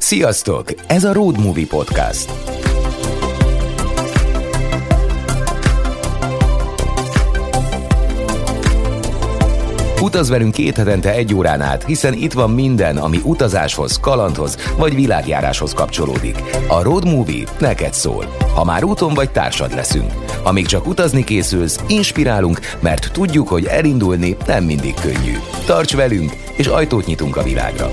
Sziasztok! Ez a Road Movie Podcast. Utazz velünk 2 hetente 1 órán át, hiszen itt van minden, ami utazáshoz, kalandhoz vagy világjáráshoz kapcsolódik. A Road Movie neked szól. Ha már úton vagy, társad leszünk. Ha még csak utazni készülsz, inspirálunk, mert tudjuk, hogy elindulni nem mindig könnyű. Tarts velünk, és ajtót nyitunk a világra.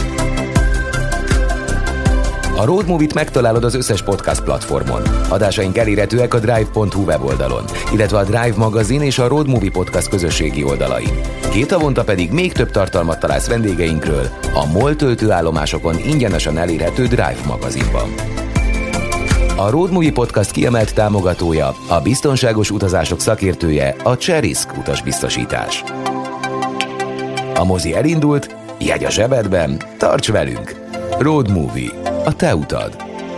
A Road Movie-t megtalálod az összes podcast platformon. Adásaink elérhetőek a drive.hu weboldalon, illetve a Drive magazin és a Road Movie Podcast közösségi oldalain. 2 havonta pedig még több tartalmat találsz vendégeinkről a MOL töltőállomásokon ingyenesen elérhető Drive magazinban. A Road Movie Podcast kiemelt támogatója, a biztonságos utazások szakértője, a Cserisk utasbiztosítás. A mozi elindult, jegy a zsebedben, tarts velünk! Road Movie. A te utad.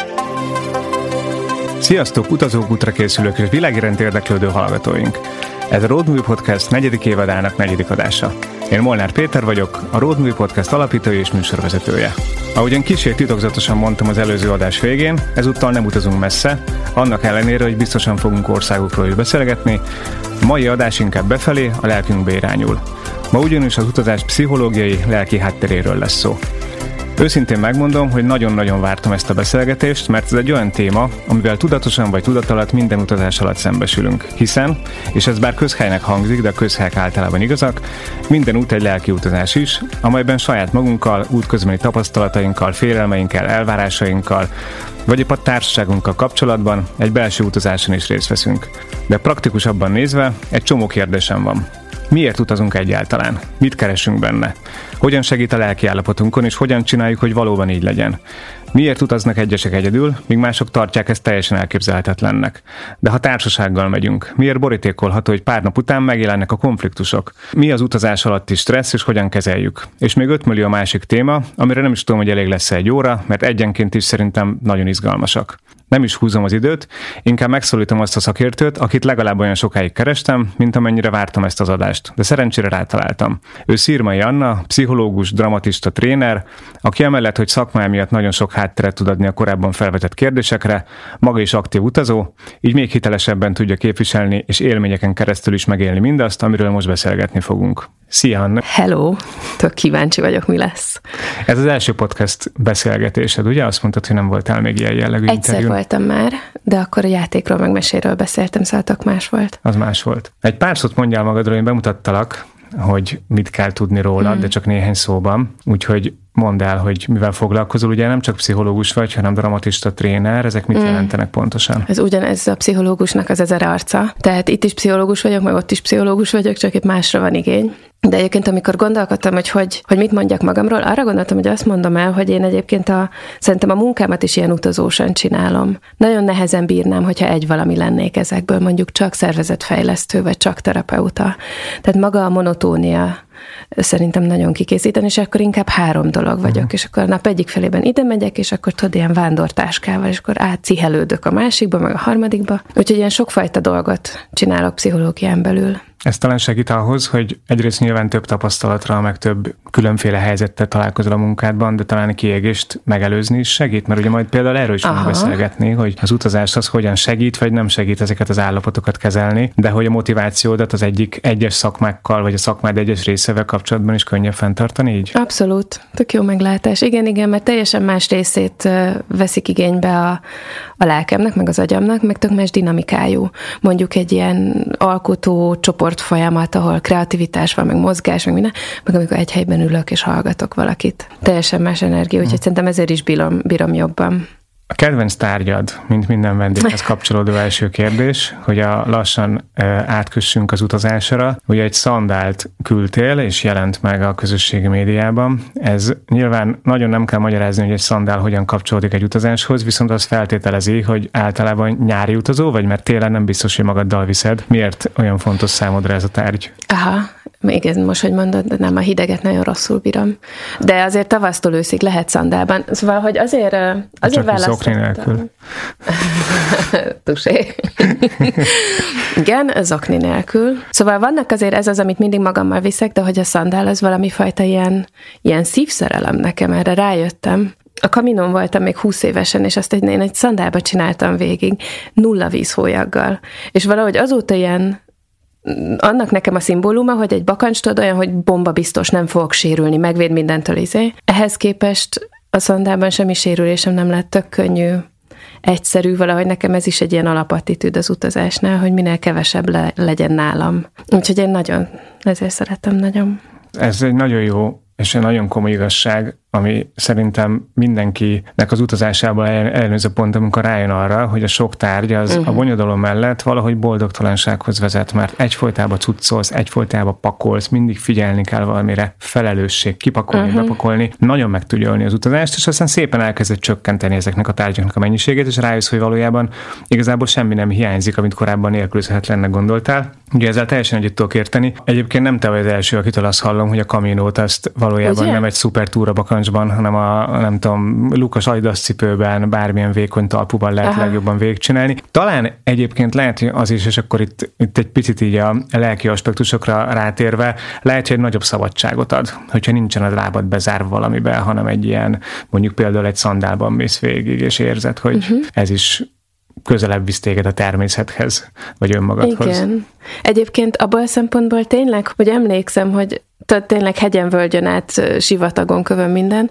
Sziasztok, utazók, útra készülők és világiránt érdeklődő hallgatóink! Ez a Road Movie Podcast 4. évadának 4. adása. Én Molnár Péter vagyok, a Road Movie Podcast alapítója és műsorvezetője. Ahogyan kicsit titokzatosan mondtam az előző adás végén, ezúttal nem utazunk messze, annak ellenére, hogy biztosan fogunk országokról is beszélgetni, a mai adás inkább befelé, a lelkünkbe irányul. Ma ugyanis az utazás pszichológiai, lelki hátteréről lesz szó. Őszintén megmondom, hogy nagyon-nagyon vártam ezt a beszélgetést, mert ez egy olyan téma, amivel tudatosan vagy tudatalatt minden utazás alatt szembesülünk. Hiszen, és ez bár közhelynek hangzik, de a közhelyek általában igazak, minden út egy lelki utazás is, amelyben saját magunkkal, útközbeni tapasztalatainkkal, félelmeinkkel, elvárásainkkal, vagy épp a társaságunkkal kapcsolatban egy belső utazáson is részt veszünk. De praktikusabban nézve egy csomó kérdésem van. Miért utazunk egyáltalán? Mit keresünk benne? Hogyan segít a lelki állapotunkon, és hogyan csináljuk, hogy valóban így legyen? Miért utaznak egyesek egyedül, míg mások tartják ezt teljesen elképzelhetetlennek? De ha társasággal megyünk, miért borítékolható, hogy pár nap után megjelennek a konfliktusok? Mi az utazás alatti stressz, és hogyan kezeljük? És még 5 millió másik téma, amire nem is tudom, hogy elég lesz 1 óra, mert egyenként is szerintem nagyon izgalmasak. Nem is húzom az időt, inkább megszólítom azt a szakértőt, akit legalább olyan sokáig kerestem, mint amennyire vártam ezt az adást, de szerencsére rátaláltam. Ő Szirmai Anna, pszichológus, dramatista, tréner, aki emellett, hogy szakmája miatt nagyon sok hátteret tud adni a korábban felvetett kérdésekre, maga is aktív utazó, így még hitelesebben tudja képviselni és élményeken keresztül is megélni mindazt, amiről most beszélgetni fogunk. Szia, Anna! Hello! Tök kíváncsi vagyok, mi lesz. Ez az első podcast beszélgetésed, ugye? Azt mondtad, hogy nem voltál még ilyen jellegű interjún. Voltam már, de akkor a játékról meg meséről beszéltem, szóval tök más volt. Az más volt. Egy pár szót mondjál magadról, én bemutattalak, hogy mit kell tudni rólad, de csak néhány szóban. Úgyhogy mondd el, hogy mivel foglalkozol. Ugye nem csak pszichológus vagy, hanem dramatista, tréner. Ezek mit jelentenek pontosan? Ez ugyanez a pszichológusnak az 1000 arca. Tehát itt is pszichológus vagyok, meg ott is pszichológus vagyok, csak itt másra van igény. De egyébként, amikor gondolkodtam, hogy mit mondjak magamról, arra gondoltam, hogy azt mondom el, hogy én egyébként szerintem a munkámat is ilyen utazósan csinálom. Nagyon nehezen bírnám, hogyha egy valami lennék ezekből, mondjuk csak szervezetfejlesztő, vagy csak terapeuta. Tehát maga a monotónia szerintem nagyon kikészíteni, és akkor inkább 3 dolog vagyok, és akkor a nap egyik felében ide megyek, és akkor tudod, ilyen vándortáskával, és akkor átcihelődök a másikba, meg a harmadikba. Úgyhogy ilyen sokfajta dolgot csinálok pszichológián belül. Ez talán segít ahhoz, hogy egyrészt nyilván több tapasztalatra, meg több különféle helyzettel találkozol a munkádban, de talán a kiégést megelőzni is segít, mert ugye majd például erről is fogunk beszélgetni, hogy az utazás az hogyan segít, vagy nem segít ezeket az állapotokat kezelni, de hogy a motivációdat az egyes szakmákkal, vagy a szakmád egyes részével kapcsolatban is könnyebb fenntartani így? Abszolút. Tök jó meglátás. Igen, mert teljesen más részét veszik igénybe a lelkemnek, meg az agyamnak, meg tök más dinamikájú. Mondjuk egy ilyen alkotó csoport folyamat, ahol kreativitás van, meg mozgás, meg minden, meg amikor egy helyben ülök és hallgatok valakit. Teljesen más energia, úgyhogy szerintem ezért is bírom jobban. A kedvenc tárgyad, mint minden vendéghez kapcsolódó első kérdés, hogy lassan átkössünk az utazásra. Ugye egy szandált küldtél, és jelent meg a közösségi médiában. Ez nyilván nagyon nem kell magyarázni, hogy egy szandál hogyan kapcsolódik egy utazáshoz, viszont az feltételezi, hogy általában nyári utazó vagy, mert télen nem biztos, hogy magaddal viszed. Miért olyan fontos számodra ez a tárgy? Még ez most, hogy mondod, de nem, a hideget nagyon rosszul bírom. De azért tavasztól őszig lehet szandálban. Szóval, hogy azért választottam. Zokni nélkül. Tusé. Igen, zokni nélkül. Szóval vannak azért ez az, amit mindig magammal viszek, de hogy a szandál az valami fajta ilyen szívszerelem nekem, erre rájöttem. a Kaminon voltam még 20 évesen, és azt én egy szandálba csináltam végig, 0 vízhólyaggal. És valahogy azóta ilyen, annak nekem a szimbóluma, hogy egy bakancs tudod olyan, hogy bomba biztos, nem fogok sérülni, megvéd mindentől izé. Ehhez képest a szandálban semmi sérülésem nem lett, tök könnyű, egyszerű, valahogy nekem ez is egy ilyen alapattitűd az utazásnál, hogy minél kevesebb legyen nálam. Úgyhogy én ezért szeretem nagyon. Ez egy nagyon jó és egy nagyon komoly igazság, ami szerintem mindenkinek az utazásában ellenőrző pont, amikor rájön arra, hogy a sok tárgy az a bonyodalom mellett valahogy boldogtalansághoz vezet, mert egyfolytában cuccolsz, egyfolytában pakolsz, mindig figyelni kell valamire, felelősség, kipakolni, bepakolni, nagyon meg tudja ölni az utazást, és aztán szépen elkezdett csökkenteni ezeknek a tárgyaknak a mennyiségét, és rájössz, hogy valójában igazából semmi nem hiányzik, amit korábban nélkülözhetetlennek gondoltál. Ugye ezzel teljesen együtt tudok érteni. Egyébként nem te vagy az első, akitől azt hallom, hogy a Caminót azt valójában nem egy szuper túra bakancsban, hanem a nem tudom, lukas Adidas cipőben, bármilyen vékony talpuban lehet legjobban végigcsinálni. Talán egyébként lehet, hogy az is, és akkor itt egy picit így a lelki aspektusokra rátérve, lehet, hogy egy nagyobb szabadságot ad, hogyha nincsen a lábad bezárva valamiben, hanem egy ilyen, mondjuk például egy szandálban mész végig, és érzed, hogy ez is közelebb visz téged a természethez, vagy önmagadhoz. Igen. Egyébként abban a szempontból tényleg, hogy emlékszem, hogy tényleg hegyen, völgyön át, sivatagon, kövön minden,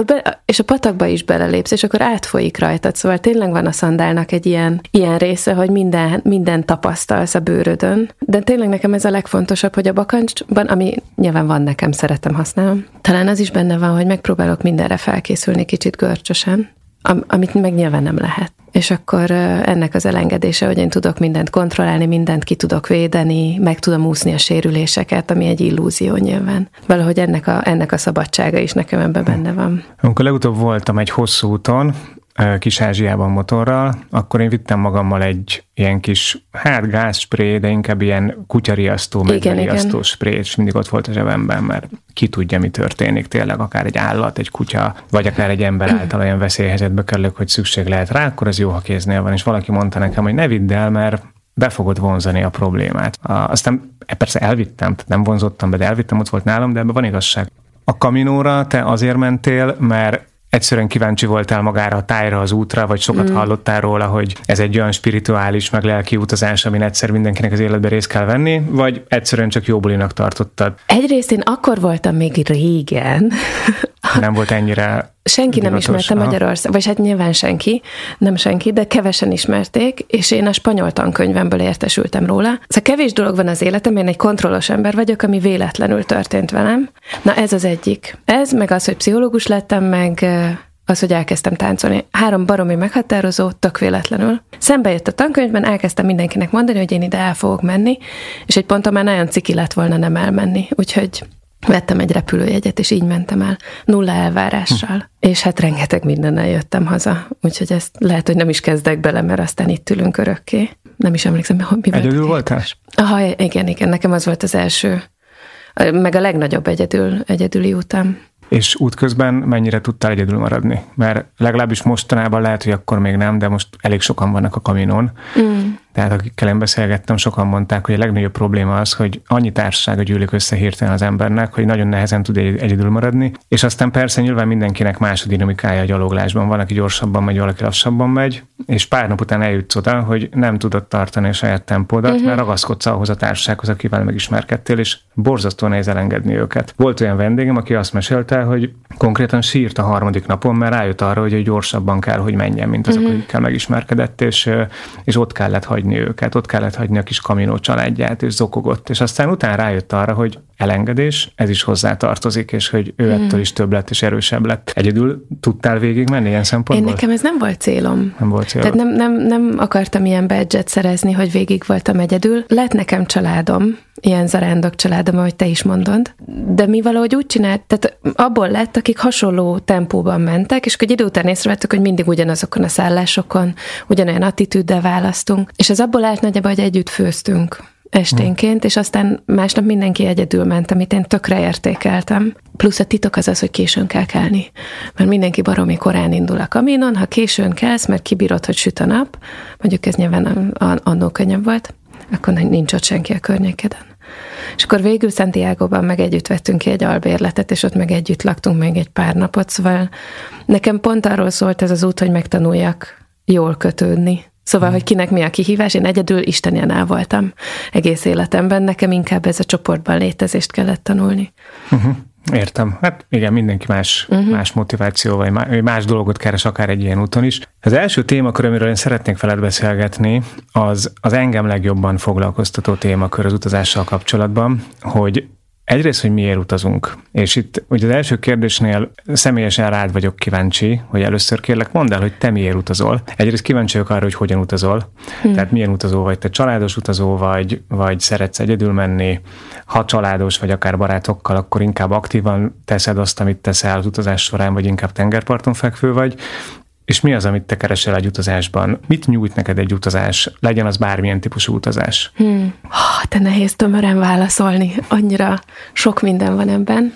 és a patakba is belelépsz, és akkor átfolyik rajtad. Szóval tényleg van a szandálnak egy ilyen része, hogy minden tapasztalsz a bőrödön. De tényleg nekem ez a legfontosabb, hogy a bakancsban, ami nyilván van nekem, szeretem használni, talán az is benne van, hogy megpróbálok mindenre felkészülni kicsit görcsösen, amit meg nyilván nem lehet. És akkor ennek az elengedése, hogy én tudok mindent kontrollálni, mindent ki tudok védeni, meg tudom úszni a sérüléseket, ami egy illúzió nyilván. Valahogy ennek a szabadsága is nekem ebben benne van. Amikor legutóbb voltam egy hosszú úton, Kis-Ázsiában motorral, akkor én vittem magammal egy ilyen kis, gázspré, de inkább ilyen kutyariasztó, medveriasztó spré, és mindig ott volt a zsebemben, mert ki tudja, mi történik tényleg, akár egy állat, egy kutya, vagy akár egy ember által olyan veszélyhelyzetbe kerülök, hogy szükség lehet rá, akkor ez jó, ha kéznél van, és valaki mondta nekem, hogy ne vidd el, mert be fogod vonzani a problémát. Aztán persze elvittem, tehát nem vonzottam be, de elvittem, ott volt nálam, de ebben van igazság. A Caminóra te azért mentél, mert egyszerűen kíváncsi voltál magára a tájra, az útra, vagy sokat hallottál róla, hogy ez egy olyan spirituális, meg lelki utazás, amin egyszer mindenkinek az életbe részt kell venni, vagy egyszerűen csak jó bulinak tartottad? Egyrészt én akkor voltam még régen. Nem volt ennyire senki divatos, nem ismerte Magyarország, vagy hát nyilván nem senki, de kevesen ismerték, és én a spanyol tankönyvemből értesültem róla. Szóval kevés dolog van az életemben, én egy kontrollos ember vagyok, ami véletlenül történt velem. Na ez az egyik. Ez, meg az, hogy pszichológus lettem, meg az, hogy elkezdtem táncolni. 3 baromi meghatározó, tök véletlenül. Szembe jött a tankönyvben, elkezdtem mindenkinek mondani, hogy én ide el fogok menni, és egy ponton már nagyon ciki lett volna nem elmenni. Úgyhogy vettem egy repülőjegyet, és így mentem el, 0 elvárással. És hát rengeteg mindennel jöttem haza. Úgyhogy ezt lehet, hogy nem is kezdek bele, mert aztán itt ülünk örökké. Nem is emlékszem, mi volt. Egyedül voltál? Aha, igen, nekem az volt az első, meg a legnagyobb egyedüli utam. És útközben mennyire tudtál egyedül maradni? Mert legalábbis mostanában lehet, hogy akkor még nem, de most elég sokan vannak a Caminon. Tehát akikkel én beszélgettem, sokan mondták, hogy a legnagyobb probléma az, hogy annyi társasága gyűlik össze hirtelen az embernek, hogy nagyon nehezen tud egyedül maradni. És aztán persze nyilván mindenkinek más a dinamikája a gyaloglásban. Van, aki gyorsabban megy, valaki lassabban megy, és pár nap után eljutsz oda, hogy nem tudod tartani a saját tempódat, mert ragaszkodsz ahhoz a társasághoz, akivel megismerkedtél, és borzasztó nehéz elengedni őket. Volt olyan vendégem, aki azt mesélte, hogy konkrétan sírt a 3. napon, mert rájött arra, hogy gyorsabban kell, hogy menjen, mint azok, akikkel megismerkedett, és ott kellett hagyni őket, ott kellett hagyni a kis Camino családját, és zokogott, és aztán utána rájött arra, hogy elengedés, ez is hozzá tartozik, és hogy ő ettől is több lett, és erősebb lett. Egyedül tudtál végig menni ilyen szempontból? Én nekem ez nem volt célom. Nem volt célom. Tehát nem akartam ilyen badge-et szerezni, hogy végig voltam egyedül. Lett nekem családom, ilyen zarándok családom, ahogy te is mondod, de mi valahogy úgy csinált, tehát abból lett, akik hasonló tempóban mentek, és egy idő után észrevettük, hogy mindig ugyanazokon a szállásokon, ugyanolyan attitűddel választunk, és az abból állt nagyjából, hogy együtt főztünk esténként, és aztán másnap mindenki egyedül ment, amit én tökre értékeltem. Plusz a titok az, hogy későn kell kelni. Mert mindenki baromi korán indul a Caminon, ha későn kelsz, mert kibírod, hogy süt a nap, mondjuk ez nyilván annó könnyebb volt, akkor nincs ott senki a környékeden. És akkor végül Santiagoban meg együtt vettünk ki egy albérletet, és ott meg együtt laktunk még egy pár napot, szóval nekem pont arról szólt ez az út, hogy megtanuljak jól kötődni. Szóval, hogy kinek mi a kihívás, én egyedül Istenjánál voltam egész életemben, nekem inkább ez a csoportban létezést kellett tanulni. Értem. Hát igen, mindenki más motivációval, más dolgot keres akár egy ilyen úton is. Az első témakör, amiről én szeretnék veled beszélgetni, az engem legjobban foglalkoztató témakör az utazással kapcsolatban, hogy egyrészt, hogy miért utazunk. És itt ugye az első kérdésnél személyesen rád vagyok kíváncsi, hogy először kérlek mondd el, hogy te miért utazol. Egyrészt kíváncsi vagyok arra, hogy hogyan utazol. Tehát milyen utazó vagy, te családos utazó vagy szeretsz egyedül menni. Ha családos vagy akár barátokkal, akkor inkább aktívan teszed azt, amit teszel az utazás során, vagy inkább tengerparton fekvő vagy. És mi az, amit te keresel egy utazásban? Mit nyújt neked egy utazás? Legyen az bármilyen típusú utazás. Te nehéz tömören válaszolni. Annyira sok minden van ebben.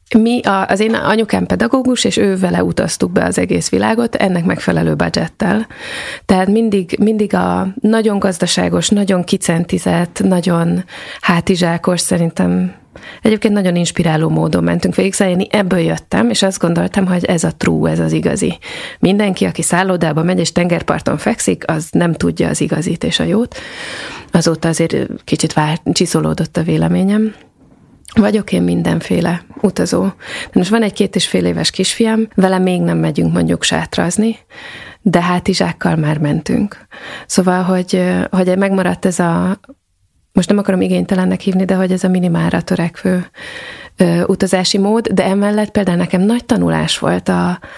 Az én anyukám pedagógus, és ő vele utaztuk be az egész világot, ennek megfelelő budgettel. Tehát mindig a nagyon gazdaságos, nagyon kicentizett, nagyon hátizsákos, szerintem egyébként nagyon inspiráló módon mentünk végig, szóval én ebből jöttem, és azt gondoltam, hogy ez a true, ez az igazi. Mindenki, aki szállodába megy és tengerparton fekszik, az nem tudja az igazit és a jót. Azóta azért kicsit csiszolódott a véleményem. Vagyok én mindenféle utazó. De most van egy 2,5 éves kisfiam, vele még nem megyünk mondjuk sátrazni, de hátizsákkal már mentünk. Szóval, hogy megmaradt ez most nem akarom igénytelennek hívni, de hogy ez a minimálra törekvő utazási mód, de emellett például nekem nagy tanulás volt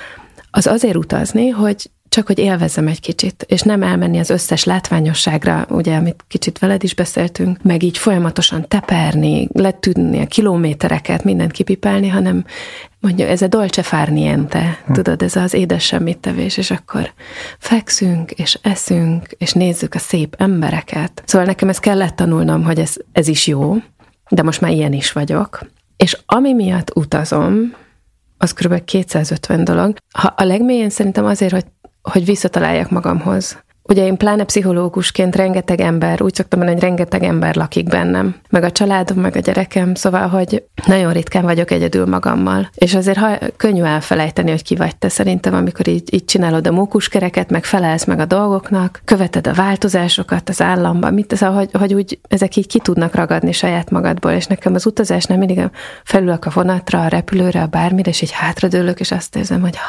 az azért utazni, hogy csak hogy élvezzem egy kicsit, és nem elmenni az összes látványosságra, ugye, amit kicsit veled is beszéltünk, meg így folyamatosan teperni, letűnni a kilométereket, mindent kipipálni, hanem mondjuk ez a dolce far niente, tudod, ez az édes semmit tevés, és akkor fekszünk, és eszünk, és nézzük a szép embereket. Szóval nekem ezt kellett tanulnom, hogy ez is jó, de most már ilyen is vagyok. És ami miatt utazom, az kb. 250 dolog. A legmélyén szerintem azért, hogy visszataláljak magamhoz. Ugye én pláne pszichológusként rengeteg ember, úgy szoktam mondani, hogy rengeteg ember lakik bennem. Meg a családom, meg a gyerekem, szóval, hogy nagyon ritkán vagyok egyedül magammal. És azért könnyű elfelejteni, hogy ki vagy te szerintem, amikor így csinálod a mókuskereket, meg felelsz meg a dolgoknak, követed a változásokat az államban, szóval, hogy úgy ezek így ki tudnak ragadni saját magadból, és nekem az utazásnál mindig felülök a vonatra, a repülőre, a bármire, és így hátradőlök, és azt érzem, hogy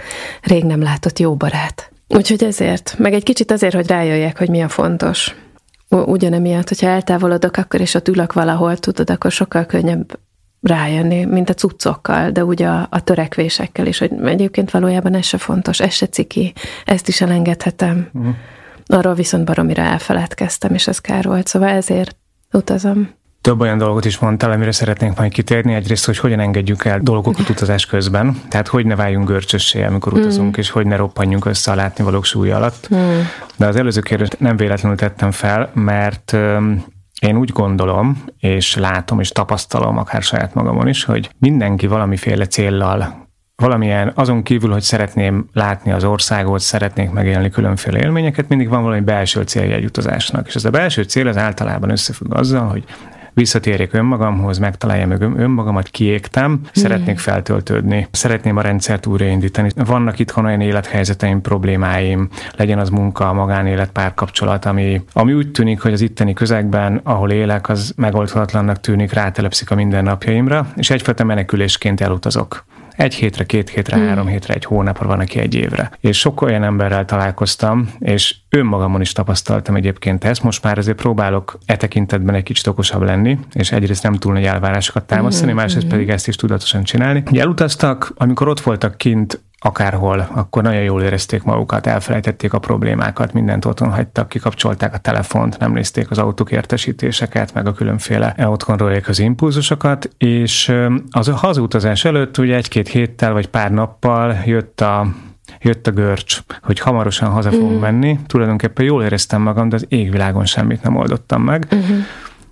rég nem látott jó barát. Úgyhogy ezért, meg egy kicsit azért, hogy rájöjjek, hogy mi a fontos. Ugyanemiatt, hogyha eltávolodok, akkor és ott ülök valahol, tudod, akkor sokkal könnyebb rájönni, mint a cuccokkal, de ugye a törekvésekkel is, hogy egyébként valójában ez se fontos, ez se ciki, ezt is elengedhetem. Arról viszont baromira elfeledkeztem, és ez kár volt, szóval ezért utazom. Több olyan dolgot is mondtál, amire szeretnénk majd kitérni. Egyrészt, hogy hogyan engedjük el dolgokat utazás közben, tehát hogy ne váljunk görcsössé, amikor utazunk, és hogy ne roppanjunk össze a látnivalók súlya alatt. De az előző kérdést nem véletlenül tettem fel, mert én úgy gondolom, és látom, és tapasztalom akár saját magamon is, hogy mindenki valamiféle céllal, valamilyen, azon kívül, hogy szeretném látni az országot, szeretnék megélni különféle élményeket, mindig van valami belső célja egy utazásnak. És ez a belső cél az általában összefügg azzal, hogy visszatérjek önmagamhoz, megtaláljam önmagamat, kiégtem, szeretnék feltöltődni, szeretném a rendszert újraindítani. Vannak itthon olyan élethelyzeteim, problémáim, legyen az munka, magánélet, párkapcsolat, ami úgy tűnik, hogy az itteni közegben, ahol élek, az megoldhatatlannak tűnik, rátelepszik a mindennapjaimra, és egyfajta menekülésként elutazok. 1 hétre, 2 hétre, 3 hétre, 1 hónapra, van, aki 1 évre. És sok olyan emberrel találkoztam, és önmagamon is tapasztaltam egyébként ezt. Most már azért próbálok tekintetben egy kicsit okosabb lenni, és egyrészt nem túl nagy elvárásokat támasztani, másrészt pedig ezt is tudatosan csinálni. Elutaztak, amikor ott voltak kint, akárhol, akkor nagyon jól érezték magukat, elfelejtették a problémákat, mindent otthon hagytak, kikapcsolták a telefont, nem nézték az autók értesítéseket, meg a különféle otthonról érkező impulzusokat, és az hazutazás előtt ugye 1-2 héttel vagy pár nappal jött a görcs, hogy hamarosan haza fogunk menni. Tulajdonképpen jól éreztem magam, de az égvilágon semmit nem oldottam meg.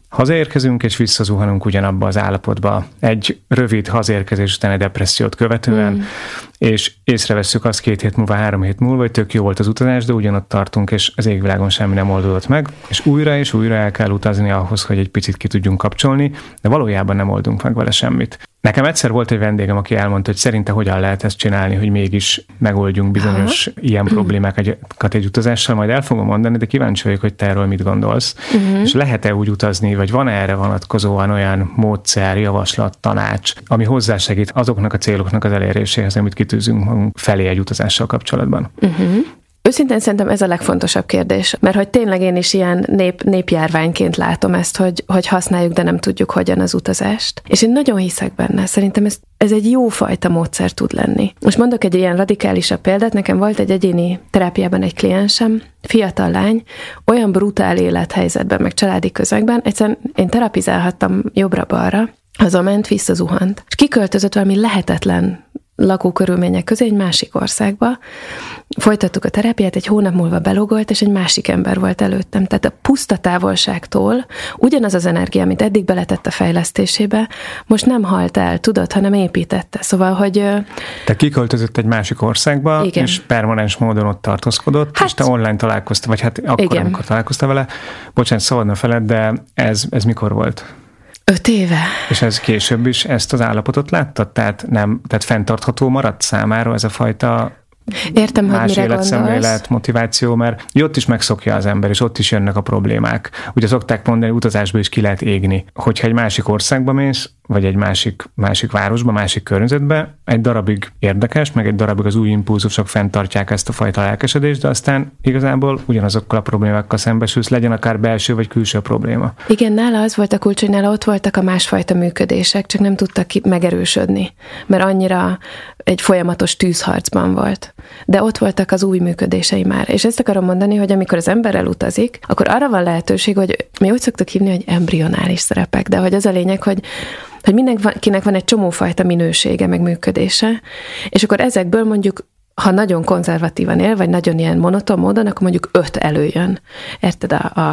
Hazaérkezünk, és visszazuhanunk ugyanabba az állapotba. Egy rövid hazaérkezés után egy depressziót követően, és észrevesszük azt 2 hét múlva, 3 hét múlva, hogy tök jó volt az utazás, de ugyanott tartunk, és az égvilágon semmi nem oldódott meg, és újra el kell utazni ahhoz, hogy egy picit ki tudjunk kapcsolni, de valójában nem oldunk meg vele semmit. Nekem egyszer volt egy vendégem, aki elmondta, hogy szerinte hogyan lehet ezt csinálni, hogy mégis megoldjunk bizonyos ilyen problémákat egy utazással, majd el fogom mondani, de kíváncsi vagyok, hogy te erről mit gondolsz. És lehet-e úgy utazni, vagy van erre vonatkozóan olyan módszer, javaslat, tanács, ami hozzásegít azoknak a céloknak az eléréséhez, amit kitűzünk magunk felé egy utazással kapcsolatban? Őszintén szerintem ez a legfontosabb kérdés, mert hogy tényleg én is ilyen népjárványként látom ezt, hogy használjuk, de nem tudjuk hogyan az utazást. És én nagyon hiszek benne, szerintem ez egy jó fajta módszer tud lenni. Most mondok egy ilyen radikálisabb példát, nekem volt egy egyéni terápiában egy kliensem, fiatal lány, olyan brutál élethelyzetben, meg családi közegben, egyszerűen én terapizálhattam jobbra-balra, hazament, visszazuhant. És kiköltözött valami lehetetlen lakókörülmények közé egy másik országba. Folytattuk a terápiát, egy hónap múlva belogolt, és egy másik ember volt előttem. Tehát a puszta távolságtól ugyanaz az energia, amit eddig beletett a fejlesztésébe, most nem halt el, tudod, hanem építette. Szóval, hogy... Te kiköltözött egy másik országba, igen. És permanens módon ott tartózkodott, és te online találkoztál, vagy hát akkor, igen. Amikor találkoztál vele. Bocsánat, szabadna feled, de ez mikor volt? 5 éve. És ez később is ezt az állapotot láttad? Tehát fenntartható maradt számára ez a fajta értem, más hogy életszemlélet, motiváció, mert ott is megszokja az ember, és ott is jönnek a problémák. Ugye szokták mondani, utazásból is ki lehet égni. Hogyha egy másik országba mész, vagy egy másik városba, másik környezetbe, egy darabig érdekes, meg egy darabig az új impulzusok fenntartják ezt a fajta lelkesedést, de aztán igazából ugyanazokkal a problémákkal szembesülsz, legyen akár belső vagy külső probléma. Igen, nála az volt a kulcs, hogy nála ott voltak a másfajta működések, csak nem tudtak megerősödni, mert annyira egy folyamatos tűzharcban volt. De ott voltak az új működései már. És ezt akarom mondani, hogy amikor az ember elutazik, akkor arra van lehetőség, hogy mi úgy szoktuk hívni, hogy embrionális szerepek, de hogy az a lényeg, hogy mindenkinek van egy csomófajta minősége, meg működése, és akkor ezekből mondjuk, ha nagyon konzervatívan él, vagy nagyon ilyen monoton módon, akkor mondjuk 5 előjön. Érted?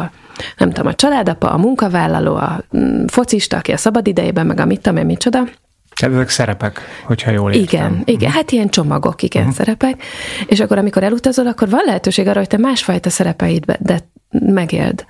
Nem tudom, a családapa, a munkavállaló, a focista, aki a szabadidejében, meg a mit tudom én, micsoda. Tehát ezek szerepek, hogyha jól értem. Igen, hát ilyen csomagok, szerepek. És akkor, amikor elutazol, akkor van lehetőség arra, hogy te másfajta szerepeid megéld.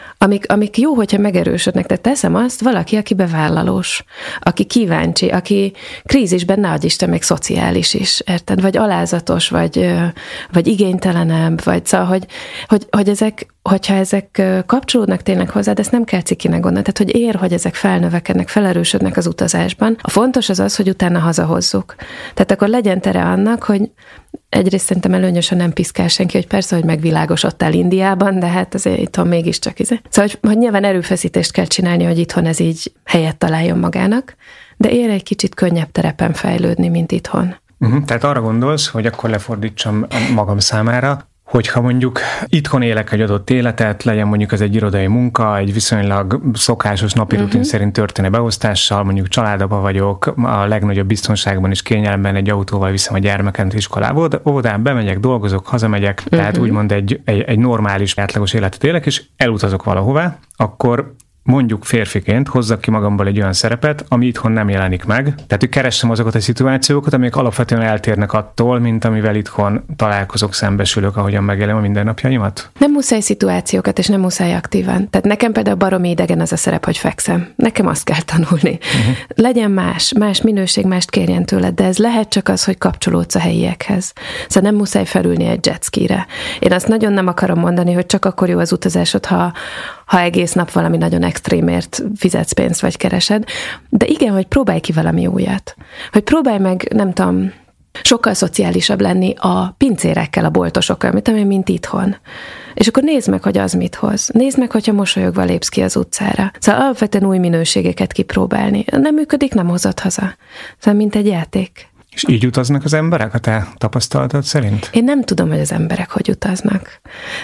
Amik jó, hogyha megerősödnek. Tehát teszem azt, valaki, aki bevállalós, aki kíváncsi, aki krízisben, nehogy Isten, még szociális is, érted? Vagy alázatos, vagy igénytelenebb, vagy szóval, hogy hogyha ezek kapcsolódnak tényleg hozzád, ezt nem kell cikinek gondolni. Tehát, hogy hogy ezek felnövekednek, felerősödnek az utazásban. A fontos az, hogy utána hazahozzuk. Tehát akkor legyen tere annak, hogy egyrészt szerintem előnyösen nem piszkál senki, hogy persze, hogy megvilágosodtál Indiában, de hát azért itthon mégiscsak Szóval, hogy nyilván erőfeszítést kell csinálni, hogy itthon ez így helyet találjon magának, de ér egy kicsit könnyebb terepen fejlődni, mint itthon. Tehát arra gondolsz, hogy akkor lefordítsam magam számára, hogyha mondjuk itthon élek egy adott életet, legyen mondjuk ez egy irodai munka, egy viszonylag szokásos napi rutin szerint történő beosztással, mondjuk családapa vagyok, a legnagyobb biztonságban és kényelemben egy autóval viszem a gyermeket iskolába, óvodán bemegyek, dolgozok, hazamegyek, tehát úgymond egy normális, átlagos életet élek, és elutazok valahová, akkor mondjuk férfiként hozzak ki magamból egy olyan szerepet, ami itthon nem jelenik meg. Tehát, hogy keressem azokat a szituációkat, amik alapvetően eltérnek attól, mint amivel itthon találkozok, szembesülök, ahogyan megélem a mindennapjaimat. Nem muszáj szituációkat, és nem muszáj aktívan. Tehát nekem például baromi idegen az a szerep, hogy fekszem. Nekem azt kell tanulni. Legyen más minőség, mást kérjen tőled, de ez lehet csak az, hogy kapcsolódsz a helyiekhez. Szóval nem muszáj felülni egy jetskire. Én azt nagyon nem akarom mondani, hogy csak akkor jó az utazásod, ha egész nap valami nagyon extrémért fizetsz pénzt, vagy keresed. De igen, hogy próbálj ki valami újat. Hogy próbálj meg, nem tudom, sokkal szociálisabb lenni a pincérekkel, a boltosokkal, mint itthon. És akkor nézd meg, hogy az mit hoz. Nézd meg, hogyha mosolyogva lépsz ki az utcára. Szóval alapvetően új minőségeket kipróbálni. Nem működik, nem hozod haza. Szóval mint egy játék. És így utaznak az emberek, a te tapasztalatod szerint? Én nem tudom, hogy az emberek hogy utaznak.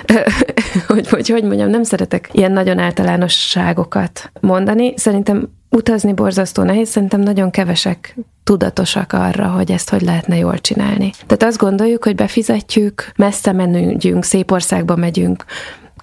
hogy mondjam, nem szeretek ilyen nagyon általánosságokat mondani. Szerintem utazni borzasztó nehéz, szerintem nagyon kevesek tudatosak arra, hogy ezt hogy lehetne jól csinálni. Tehát azt gondoljuk, hogy befizetjük, messze menjünk, szép országba megyünk,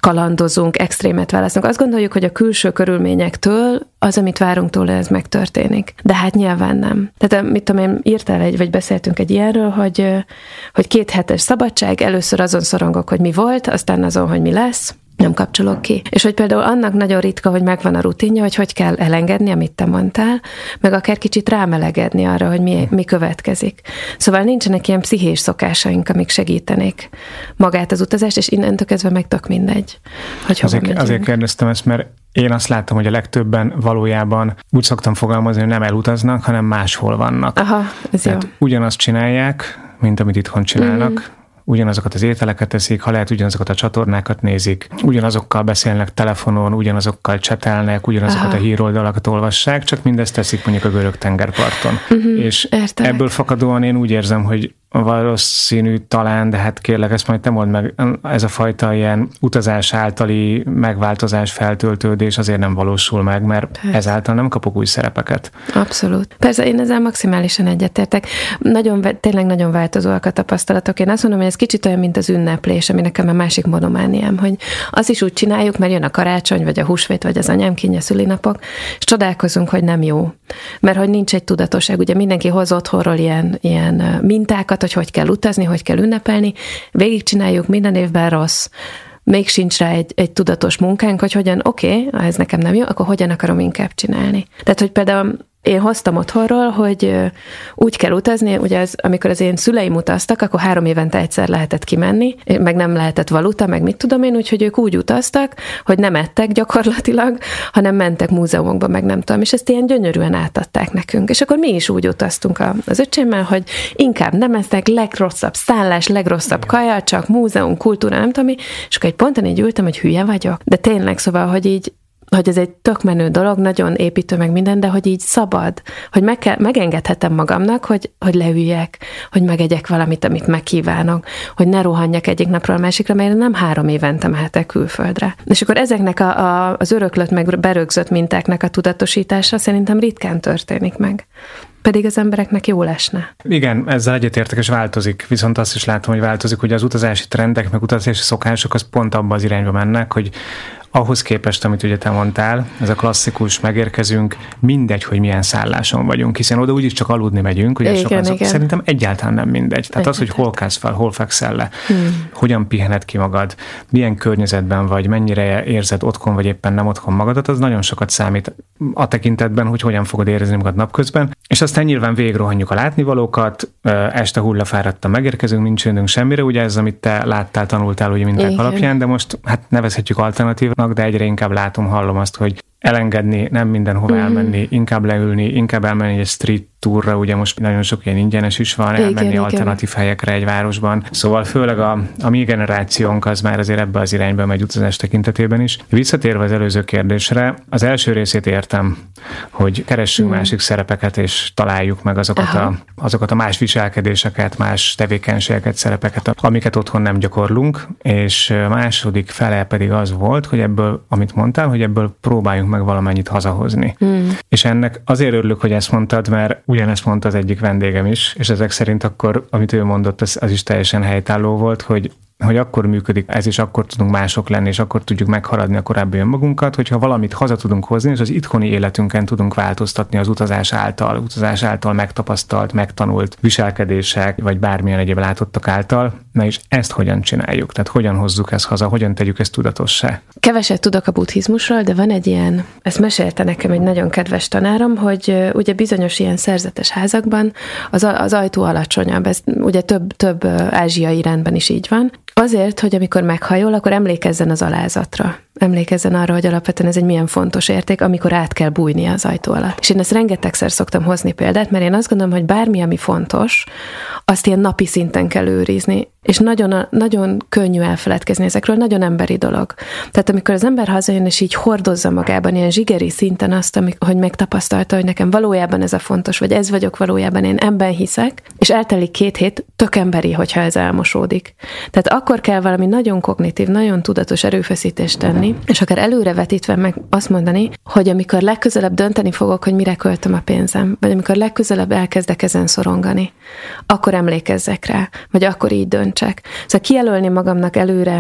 kalandozunk, extrémet választunk. Azt gondoljuk, hogy a külső körülményektől az, amit várunk tőle, ez megtörténik. De hát nyilván nem. Tehát mit tudom én, írtál vagy beszéltünk egy ilyenről, hogy 2 hetes szabadság, először azon szorongok, hogy mi volt, aztán azon, hogy mi lesz, nem kapcsolok ki. És hogy például annak nagyon ritka, hogy megvan a rutinja, hogy kell elengedni, amit te mondtál, meg akár kicsit rámelegedni arra, hogy mi következik. Szóval nincsenek ilyen pszichés szokásaink, amik segítenék magát az utazást, és innentől kezdve meg tök mindegy, hogy hova megyünk. Azért kérdeztem ezt, mert én azt látom, hogy a legtöbben valójában úgy szoktam fogalmazni, hogy nem elutaznak, hanem máshol vannak. Aha, ez tehát jó. Ugyanazt csinálják, mint amit itthon csinálnak, ugyanazokat az ételeket teszik, ha lehet, ugyanazokat a csatornákat nézik, ugyanazokkal beszélnek telefonon, ugyanazokkal csetelnek, ugyanazokat a híroldalakat olvassák, csak mindezt teszik mondjuk a görög tengerparton. És ebből fakadóan én úgy érzem, hogy valószínű talán, de hát kérlek, ezt majd te mondd meg, ez a fajta ilyen utazás általi megváltozás, feltöltődés azért nem valósul meg, mert ezáltal nem kapok új szerepeket. Abszolút. Persze, én ezzel maximálisan egyetértek. Tényleg nagyon változóak a tapasztalatok. Én azt mondom, hogy ez kicsit olyan, mint az ünneplés, ami nekem a másik monomániám, hogy azt is úgy csináljuk, mert jön a karácsony, vagy a húsvét, vagy az anyám kínja, szülinapok, és csodálkozunk, hogy nem jó. Mert hogy nincs egy tudatosság. Ugye mindenki hoz otthonról ilyen mintákat, hogy kell utazni, hogy kell ünnepelni. Végigcsináljuk, minden évben rossz. Még sincs rá egy tudatos munkánk, hogy hogyan, ha ez nekem nem jó, akkor hogyan akarom inkább csinálni. Tehát, hogy például én hoztam otthonról, hogy úgy kell utazni, ugye amikor az én szüleim utaztak, akkor 3 évente egyszer lehetett kimenni, meg nem lehetett valuta, meg mit tudom én, úgyhogy ők úgy utaztak, hogy nem ettek gyakorlatilag, hanem mentek múzeumokba, meg nem tudom, és ezt ilyen gyönyörűen átadták nekünk. És akkor mi is úgy utaztunk az öcsémmel, hogy inkább nem esznek, legrosszabb szállás, legrosszabb kaja, csak múzeum, kultúra, nem tudom, és akkor egy ponton így ültem, hogy hülye vagyok. De tényleg, szóval, hogy ez egy tök menő dolog, nagyon építő meg minden, de hogy így szabad, hogy megengedhetem magamnak, hogy leüljek, hogy megegyek valamit, amit megkívánok, hogy ne rohanjak egyik napról a másikra, mert nem 3 évente mehetek külföldre. És akkor ezeknek az öröklött, meg berögzött mintáknak a tudatosítása szerintem ritkán történik meg. Pedig az embereknek jól esne. Igen, ezzel egyetértek, és változik. Viszont azt is látom, hogy változik, hogy az utazási trendek, meg utazási szokások az pont abba az irányba mennek, hogy ahhoz képest, amit ugye te mondtál, ez a klasszikus, megérkezünk, mindegy, hogy milyen szálláson vagyunk, hiszen oda úgyis csak aludni megyünk, ugye igen. Szerintem egyáltalán nem mindegy. Tehát az, hogy hol kelsz fel, hol fekszel le, hogyan pihened ki magad, milyen környezetben vagy, mennyire érzed otthon, vagy éppen nem otthon magadat, az nagyon sokat számít a tekintetben, hogy hogyan fogod érezni magad napközben. És aztán nyilván végigrohanjuk a látnivalókat, este hullafáradtan megérkezünk, nincs időnk semmire, ugye ez, amit te láttál, tanultál ugye minták alapján, de most hát nevezhetjük alternatívnak, de egyre inkább látom, hallom azt, hogy elengedni, nem mindenhova elmenni, inkább leülni, inkább elmenni egy street tourra, ugye most nagyon sok ilyen ingyenes is van, elmenni alternatív helyekre egy városban. Szóval főleg a mi generációnk az már azért ebbe az irányba megy utazás tekintetében is. Visszatérve az előző kérdésre, az első részét értem, hogy keressünk másik szerepeket, és találjuk meg azokat a más viselkedéseket, más tevékenységeket, szerepeket, amiket otthon nem gyakorlunk, és második fele pedig az volt, hogy ebből, amit mondtál, hogy ebből próbáljunk meg valamennyit hazahozni. És ennek azért örülök, hogy ezt mondtad, mert ugyanezt mondta az egyik vendégem is, és ezek szerint akkor, amit ő mondott, az is teljesen helytálló volt, hogy akkor működik ez, és akkor tudunk mások lenni, és akkor tudjuk meghaladni a korábbi önmagunkat, hogyha valamit haza tudunk hozni, és az itthoni életünken tudunk változtatni az utazás által megtapasztalt, megtanult viselkedések, vagy bármilyen egyéb látottak által. Na és ezt hogyan csináljuk? Tehát hogyan hozzuk ezt haza, hogyan tegyük ezt tudatossá? Keveset tudok a buddhizmusról, de van egy ilyen, ezt mesélte nekem egy nagyon kedves tanárom, hogy ugye bizonyos ilyen szerzetes házakban az ajtó alacsonyabb, ez ugye több ázsiai rendben is így van. Azért, hogy amikor meghajol, akkor emlékezzen az alázatra. Emlékezzen arra, hogy alapvetően ez egy milyen fontos érték, amikor át kell bújni az ajtó alatt. És én ezt rengetegszer szoktam hozni példát, mert én azt gondolom, hogy bármi, ami fontos, azt ilyen napi szinten kell őrizni. És nagyon, nagyon könnyű elfeledkezni ezekről, nagyon emberi dolog. Tehát amikor az ember hazajön, és így hordozza magában ilyen zsigeri szinten azt, hogy megtapasztalta, hogy nekem valójában ez a fontos, vagy ez vagyok valójában, én ebben hiszek, és eltelik 2 hét, tök emberi, hogyha ez elmosódik. Tehát akkor kell valami nagyon kognitív, nagyon tudatos erőfeszítést tenni, és akár előrevetítve meg azt mondani, hogy amikor legközelebb dönteni fogok, hogy mire költöm a pénzem, vagy amikor legközelebb elkezdek ezen szorongani, akkor emlékezzek rá, vagy akkor így döntsek. Szóval kijelölni magamnak előre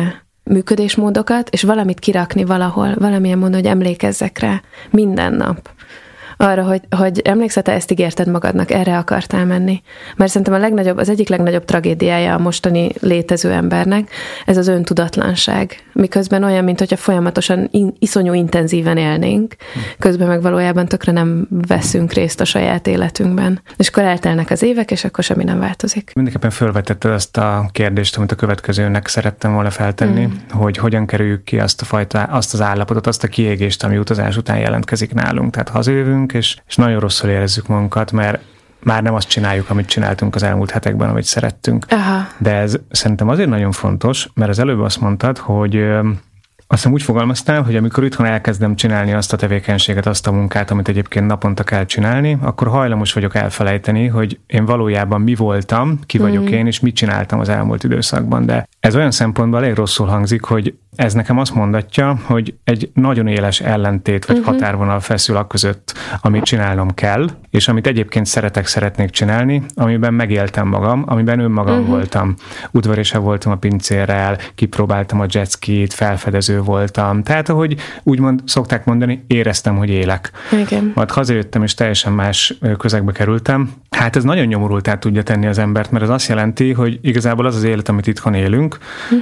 működésmódokat, és valamit kirakni valahol, valamilyen módon, hogy emlékezzek rá minden nap. Arra, hogy emlékszel, te ezt ígérted magadnak, erre akartál menni. Mert szerintem az egyik legnagyobb tragédiája a mostani létező embernek, ez az öntudatlanság. Miközben olyan, mint hogyha folyamatosan iszonyú intenzíven élnénk, közben meg valójában tökre nem veszünk részt a saját életünkben. És akkor eltelnek az évek, és akkor semmi nem változik. Mindenképpen felvetetted azt a kérdést, amit a következőnek szerettem volna feltenni, hogy hogyan kerüljük ki azt az állapotot, azt a kiégést, ami utazás után jelentkezik nálunk. Tehát hazajövünk, és nagyon rosszul érezzük magunkat, mert már nem azt csináljuk, amit csináltunk az elmúlt hetekben, amit szerettünk. Aha. De ez szerintem azért nagyon fontos, mert az előbb azt mondtad, hogy azt hiszem úgy fogalmaztál, hogy amikor itthon elkezdem csinálni azt a tevékenységet, azt a munkát, amit egyébként naponta kell csinálni, akkor hajlamos vagyok elfelejteni, hogy én valójában mi voltam, ki vagyok én, és mit csináltam az elmúlt időszakban. De ez olyan szempontból elég rosszul hangzik, hogy ez nekem azt mondatja, hogy egy nagyon éles ellentét vagy határvonal feszül a között, amit csinálnom kell, és amit egyébként szeretnék csinálni, amiben megéltem magam, amiben önmagam voltam. Udvariasabb voltam a pincérrel, kipróbáltam a jetskit, felfedező voltam. Tehát, ahogy úgymond szokták mondani, éreztem, hogy élek. Igen. Majd hazajöttem, és teljesen más közegbe kerültem. Hát ez nagyon nyomorultá tudja tenni az embert, mert ez azt jelenti, hogy igazából az élet, amit itthon élünk,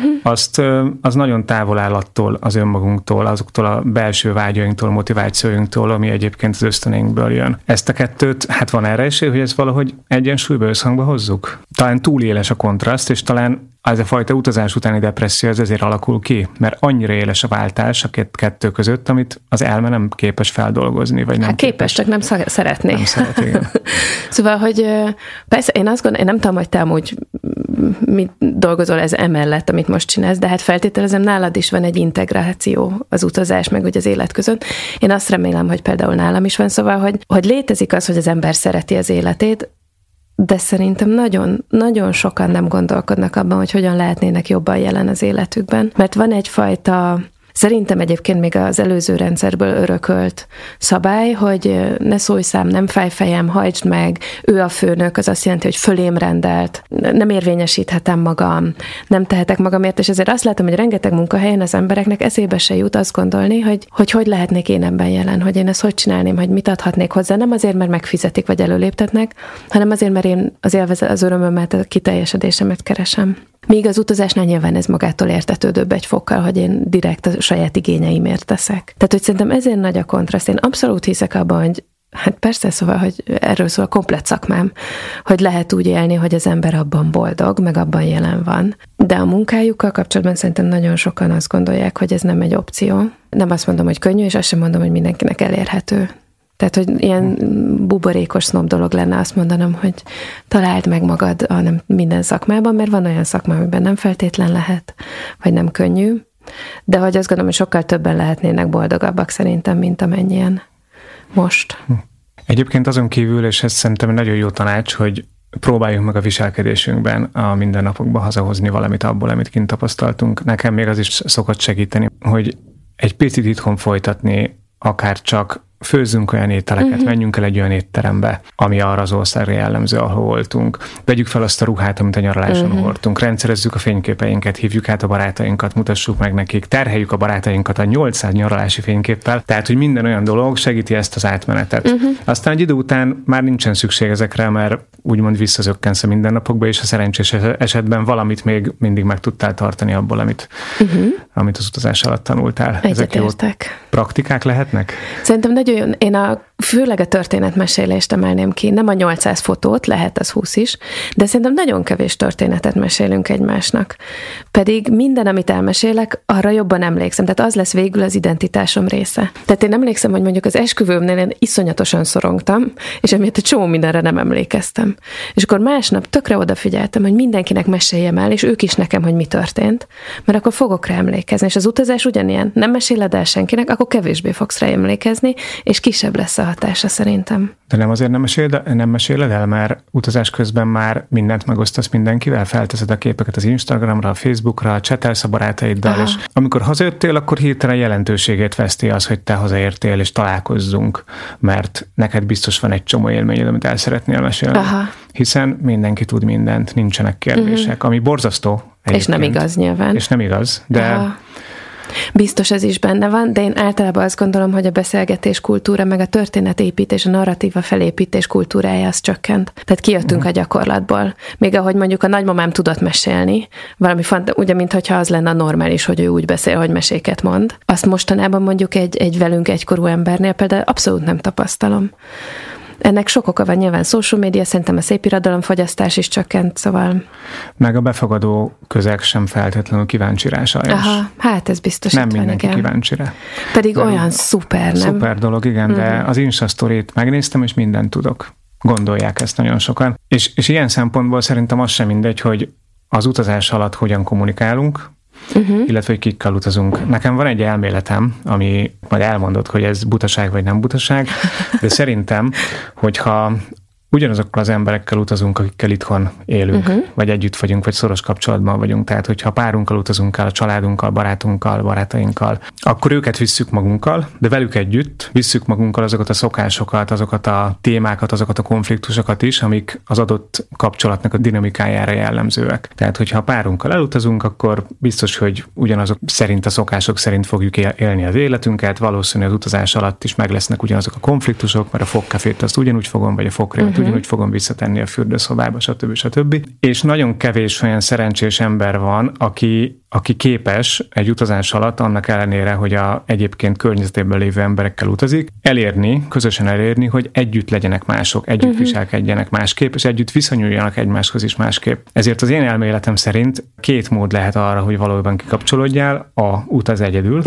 az nagyon távol áll attól, az önmagunktól, azoktól a belső vágyainktól, motivációinktól, ami egyébként az ösztönénkből jön. Ezt a kettőt, hát van erre esély, hogy ez valahogy egyensúlyba, összhangba hozzuk? Talán túl éles a kontraszt, és talán ez a fajta utazás utáni depresszió ez ezért alakul ki, mert annyira éles a váltás a kettő között, amit az elme nem képes feldolgozni, vagy nem képes, csak nem szeretné. Nem szeret, igen. Szóval, hogy persze én azt gondolom, én nem tudom, hogy te amúgy mit dolgozol ez emellett, amit most csinálsz, de hát feltételezem, nálad is van egy integráció az utazás, meg úgy az élet között. Én azt remélem, hogy például nálam is van, szóval, hogy létezik az, hogy az ember szereti az életét, de szerintem nagyon, nagyon sokan nem gondolkodnak abban, hogy hogyan lehetnének jobban jelen az életükben. Mert van egyfajta, szerintem egyébként még az előző rendszerből örökölt szabály, hogy ne szólj szám, nem fáj fejem, hajtsd meg, ő a főnök, az azt jelenti, hogy fölém rendelt, nem érvényesíthetem magam, nem tehetek magamért, és ezért azt látom, hogy rengeteg munkahelyen az embereknek eszébe se jut azt gondolni, hogy lehetnék én ebben jelen, hogy én ezt hogy csinálném, hogy mit adhatnék hozzá, nem azért, mert megfizetik, vagy előléptetnek, hanem azért, mert én az örömömet, a kiteljesedésemet keresem. Míg az utazásnál nyilván ez magától értetődőbb egy fokkal, hogy én direkt a saját igényeimért teszek. Tehát, hogy szerintem ezért nagy a kontraszt. Én abszolút hiszek abban, hogy hát persze, szóval, hogy erről szól a komplett szakmám, hogy lehet úgy élni, hogy az ember abban boldog, meg abban jelen van. De a munkájukkal kapcsolatban szerintem nagyon sokan azt gondolják, hogy ez nem egy opció. Nem azt mondom, hogy könnyű, és azt sem mondom, hogy mindenkinek elérhető. Tehát, hogy ilyen buborékos sznob dolog lenne azt mondanom, hogy találd meg magad nem minden szakmában, mert van olyan szakma, amiben nem feltétlen lehet, vagy nem könnyű, de hogy azt gondolom, hogy sokkal többen lehetnének boldogabbak szerintem, mint amennyien most. Egyébként azon kívül, és ez szerintem nagyon jó tanács, hogy próbáljunk meg a viselkedésünkben a mindennapokban hazahozni valamit abból, amit kint tapasztaltunk. Nekem még az is szokott segíteni, hogy egy picit itthon folytatni, akár csak főzzünk olyan ételeket, menjünk el egy olyan étterembe, ami arra az országra jellemző, ahol voltunk. Vegyük fel azt a ruhát, amit a nyaraláson hordtunk, rendszerezzük a fényképeinket, hívjuk át a barátainkat, mutassuk meg nekik, terheljük a barátainkat a 800 nyaralási fényképpel, tehát, hogy minden olyan dolog segíti ezt az átmenetet. Aztán egy idő után már nincsen szükség ezekre, mert úgymond visszazökkensz a mindennapokba, és a szerencsés esetben valamit még mindig meg tudtál tartani abból, amit az utazás alatt tanultál. Ezek jó praktikák lehetnek? Szerintem nagyon jó. Én főleg a történetmesélést emelném ki. Nem a 800 fotót, lehet az 20 is, de szerintem nagyon kevés történetet mesélünk egymásnak. Pedig minden, amit elmesélek, arra jobban emlékszem. Tehát az lesz végül az identitásom része. Tehát én emlékszem, hogy mondjuk az esküvőmnél én iszonyatosan szorongtam, és emiatt egy csomó mindenre nem emlékeztem. És akkor másnap tökre odafigyeltem, hogy mindenkinek meséljem el, és ők is nekem, hogy mi történt, mert akkor fogok rá emlékezni. És az utazás ugyanilyen. Nem meséled el senkinek, akkor kevésbé fogsz rá emlékezni, és kisebb lesz a hatása szerintem. De nem azért nem meséled el, mert utazás közben már mindent megosztasz mindenkivel, felteszed a képeket az Instagramra, a Facebookra, csetelsz a barátaiddal, és amikor hazajöttél, akkor hirtelen jelentőségét veszti az, hogy te hazaértél, és találkozzunk, mert neked biztos van egy csomó élményed, amit el szeretnél mesélni. Aha. Hiszen mindenki tud mindent, nincsenek kérdések, ami borzasztó. És nem igaz nyilván. És nem igaz, de... Aha. Biztos ez is benne van, de én általában azt gondolom, hogy a beszélgetés kultúra, meg a történetépítés, a narratíva felépítés kultúrája az csökkent. Tehát kijöttünk a gyakorlatból. Még ahogy mondjuk a nagymamám tudott mesélni, valami ugye, mintha az lenne a normális, hogy ő úgy beszél, hogy meséket mond. Azt mostanában mondjuk egy velünk egykorú embernél például abszolút nem tapasztalom. Ennek sok oka van nyilván, social media, szerintem a szépirodalomfogyasztás is csökkent, szóval... Meg a befogadó közeg sem feltétlenül kíváncsi rá sajnos. Aha, hát ez biztos. Nem mindenki kíváncsi rá. Pedig olyan szuper, nem? Szuper dolog, igen, de az Insta sztorit megnéztem, és mindent tudok. Gondolják ezt nagyon sokan. És ilyen szempontból szerintem az sem mindegy, hogy az utazás alatt hogyan kommunikálunk, illetve hogy kikkel utazunk. Nekem van egy elméletem, ami majd elmondod, hogy ez butaság vagy nem butaság, de szerintem, hogyha ugyanazokkal az emberekkel utazunk, akikkel itthon élünk, vagy együtt vagyunk, vagy szoros kapcsolatban vagyunk, tehát hogyha párunkkal utazunk el, a családunkkal, barátunkkal, barátainkkal, akkor őket visszük magunkkal, de velük együtt visszük magunkkal azokat a szokásokat, azokat a témákat, azokat a konfliktusokat is, amik az adott kapcsolatnak a dinamikájára jellemzőek. Tehát, hogyha párunkkal elutazunk, akkor biztos, hogy ugyanazok szerint, a szokások szerint fogjuk élni az életünket, valószínűleg az utazás alatt is meg lesznek ugyanazok a konfliktusok, mert a fogkafét azt ugyanúgy fogom, vagy a fogkrémet ugyanúgy fogom visszatenni a fürdőszobába, stb. És nagyon kevés olyan szerencsés ember van, aki képes egy utazás alatt, annak ellenére, hogy a egyébként környezetében lévő emberekkel utazik, közösen elérni, hogy együtt legyenek mások, együtt viselkedjenek másképp, és együtt viszonyuljanak egymáshoz is másképp. Ezért az én elméletem szerint 2 mód lehet arra, hogy valóban kikapcsolódjál, utaz egyedül,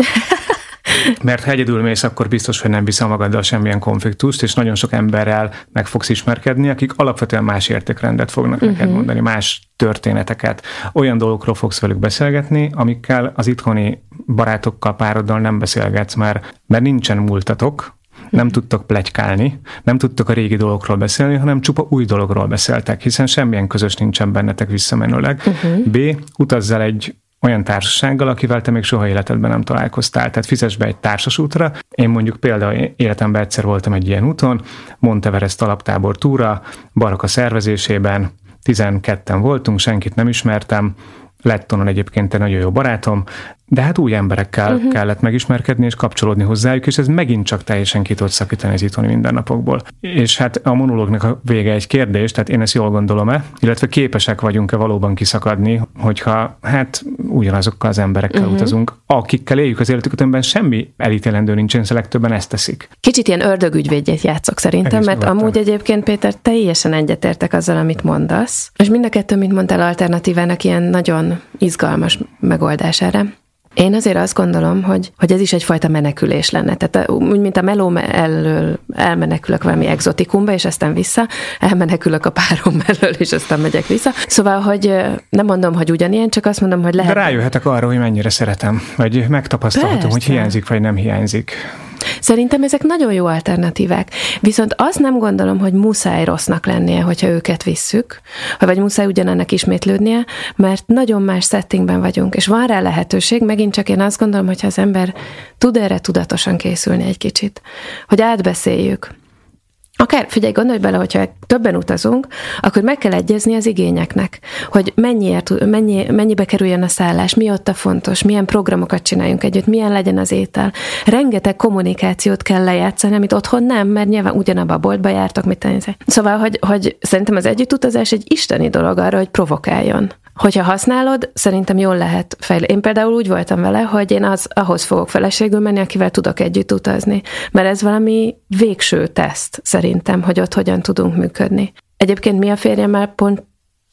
mert ha egyedül mész, akkor biztos, hogy nem viszel magaddal semmilyen konfliktust, és nagyon sok emberrel meg fogsz ismerkedni, akik alapvetően más értékrendet fognak neked mondani, más történeteket. Olyan dolgokról fogsz velük beszélgetni, amikkel az itthoni barátokkal, pároddal nem beszélgetsz, mert nincsen múltatok, nem tudtok pletykálni, nem tudtok a régi dolgokról beszélni, hanem csupa új dologról beszéltek, hiszen semmilyen közös nincsen bennetek visszamenőleg. B. Utazzál egy olyan társasággal, akivel te még soha életedben nem találkoztál. Tehát fizess be egy társasútra. Én mondjuk például életemben egyszer voltam egy ilyen úton, Monteverest alaptábor túra, Baraka szervezésében, 12-en voltunk, senkit nem ismertem, lett onnan egyébként egy nagyon jó barátom, de hát új emberekkel kellett megismerkedni és kapcsolódni hozzájuk, és ez megint csak teljesen ki tud szakítani az itthoni mindennapokból. És hát a monológnak a vége egy kérdés, tehát én ezt jól gondolom-e, illetve képesek vagyunk-e valóban kiszakadni, hogyha hát ugyanazokkal az emberekkel utazunk, akikkel éljük az életüket, amiben semmi elítélendő nincsen, szóval legtöbben ezt teszik. Kicsit ilyen ördögügyvédjét játszok szerintem, mert amúgy egyébként, Péter, teljesen egyetértek azzal, amit mondasz, és mind a kettő, mint mondtál, alternatívának ilyen nagyon izgalmas megoldás erre. Én azért azt gondolom, hogy ez is egyfajta menekülés lenne. Tehát úgy, mint a meló elől elmenekülök valami exotikumba, és aztán vissza, elmenekülök a párom elől, és aztán megyek vissza. Szóval, hogy nem mondom, hogy ugyanilyen, csak azt mondom, hogy lehet... De rájöhetek arra, hogy mennyire szeretem, vagy megtapasztalhatom, hogy hiányzik, vagy nem hiányzik. Szerintem ezek nagyon jó alternatívák. Viszont azt nem gondolom, hogy muszáj rossznak lennie, hogyha őket visszük, vagy muszáj ugyanennek ismétlődnie, mert nagyon más settingben vagyunk, és van rá lehetőség, megint csak én azt gondolom, hogyha az ember tud erre tudatosan készülni egy kicsit, hogy átbeszéljük. Akár, figyelj, gondolj bele, hogyha többen utazunk, akkor meg kell egyezni az igényeknek, hogy mennyibe kerüljön a szállás, mi ott a fontos, milyen programokat csináljunk együtt, milyen legyen az étel. Rengeteg kommunikációt kell lejátszani, amit otthon nem, mert nyilván ugyanabba a boltba jártok, mit tenni. Szóval, hogy szerintem az együttutazás egy isteni dolog arra, hogy provokáljon. Hogyha használod, szerintem jól lehet fejlődni. Én például úgy voltam vele, hogy én ahhoz fogok feleségül menni, akivel tudok együtt utazni. Mert ez valami végső teszt szerintem, hogy ott hogyan tudunk működni. Egyébként mi a férjemmel pont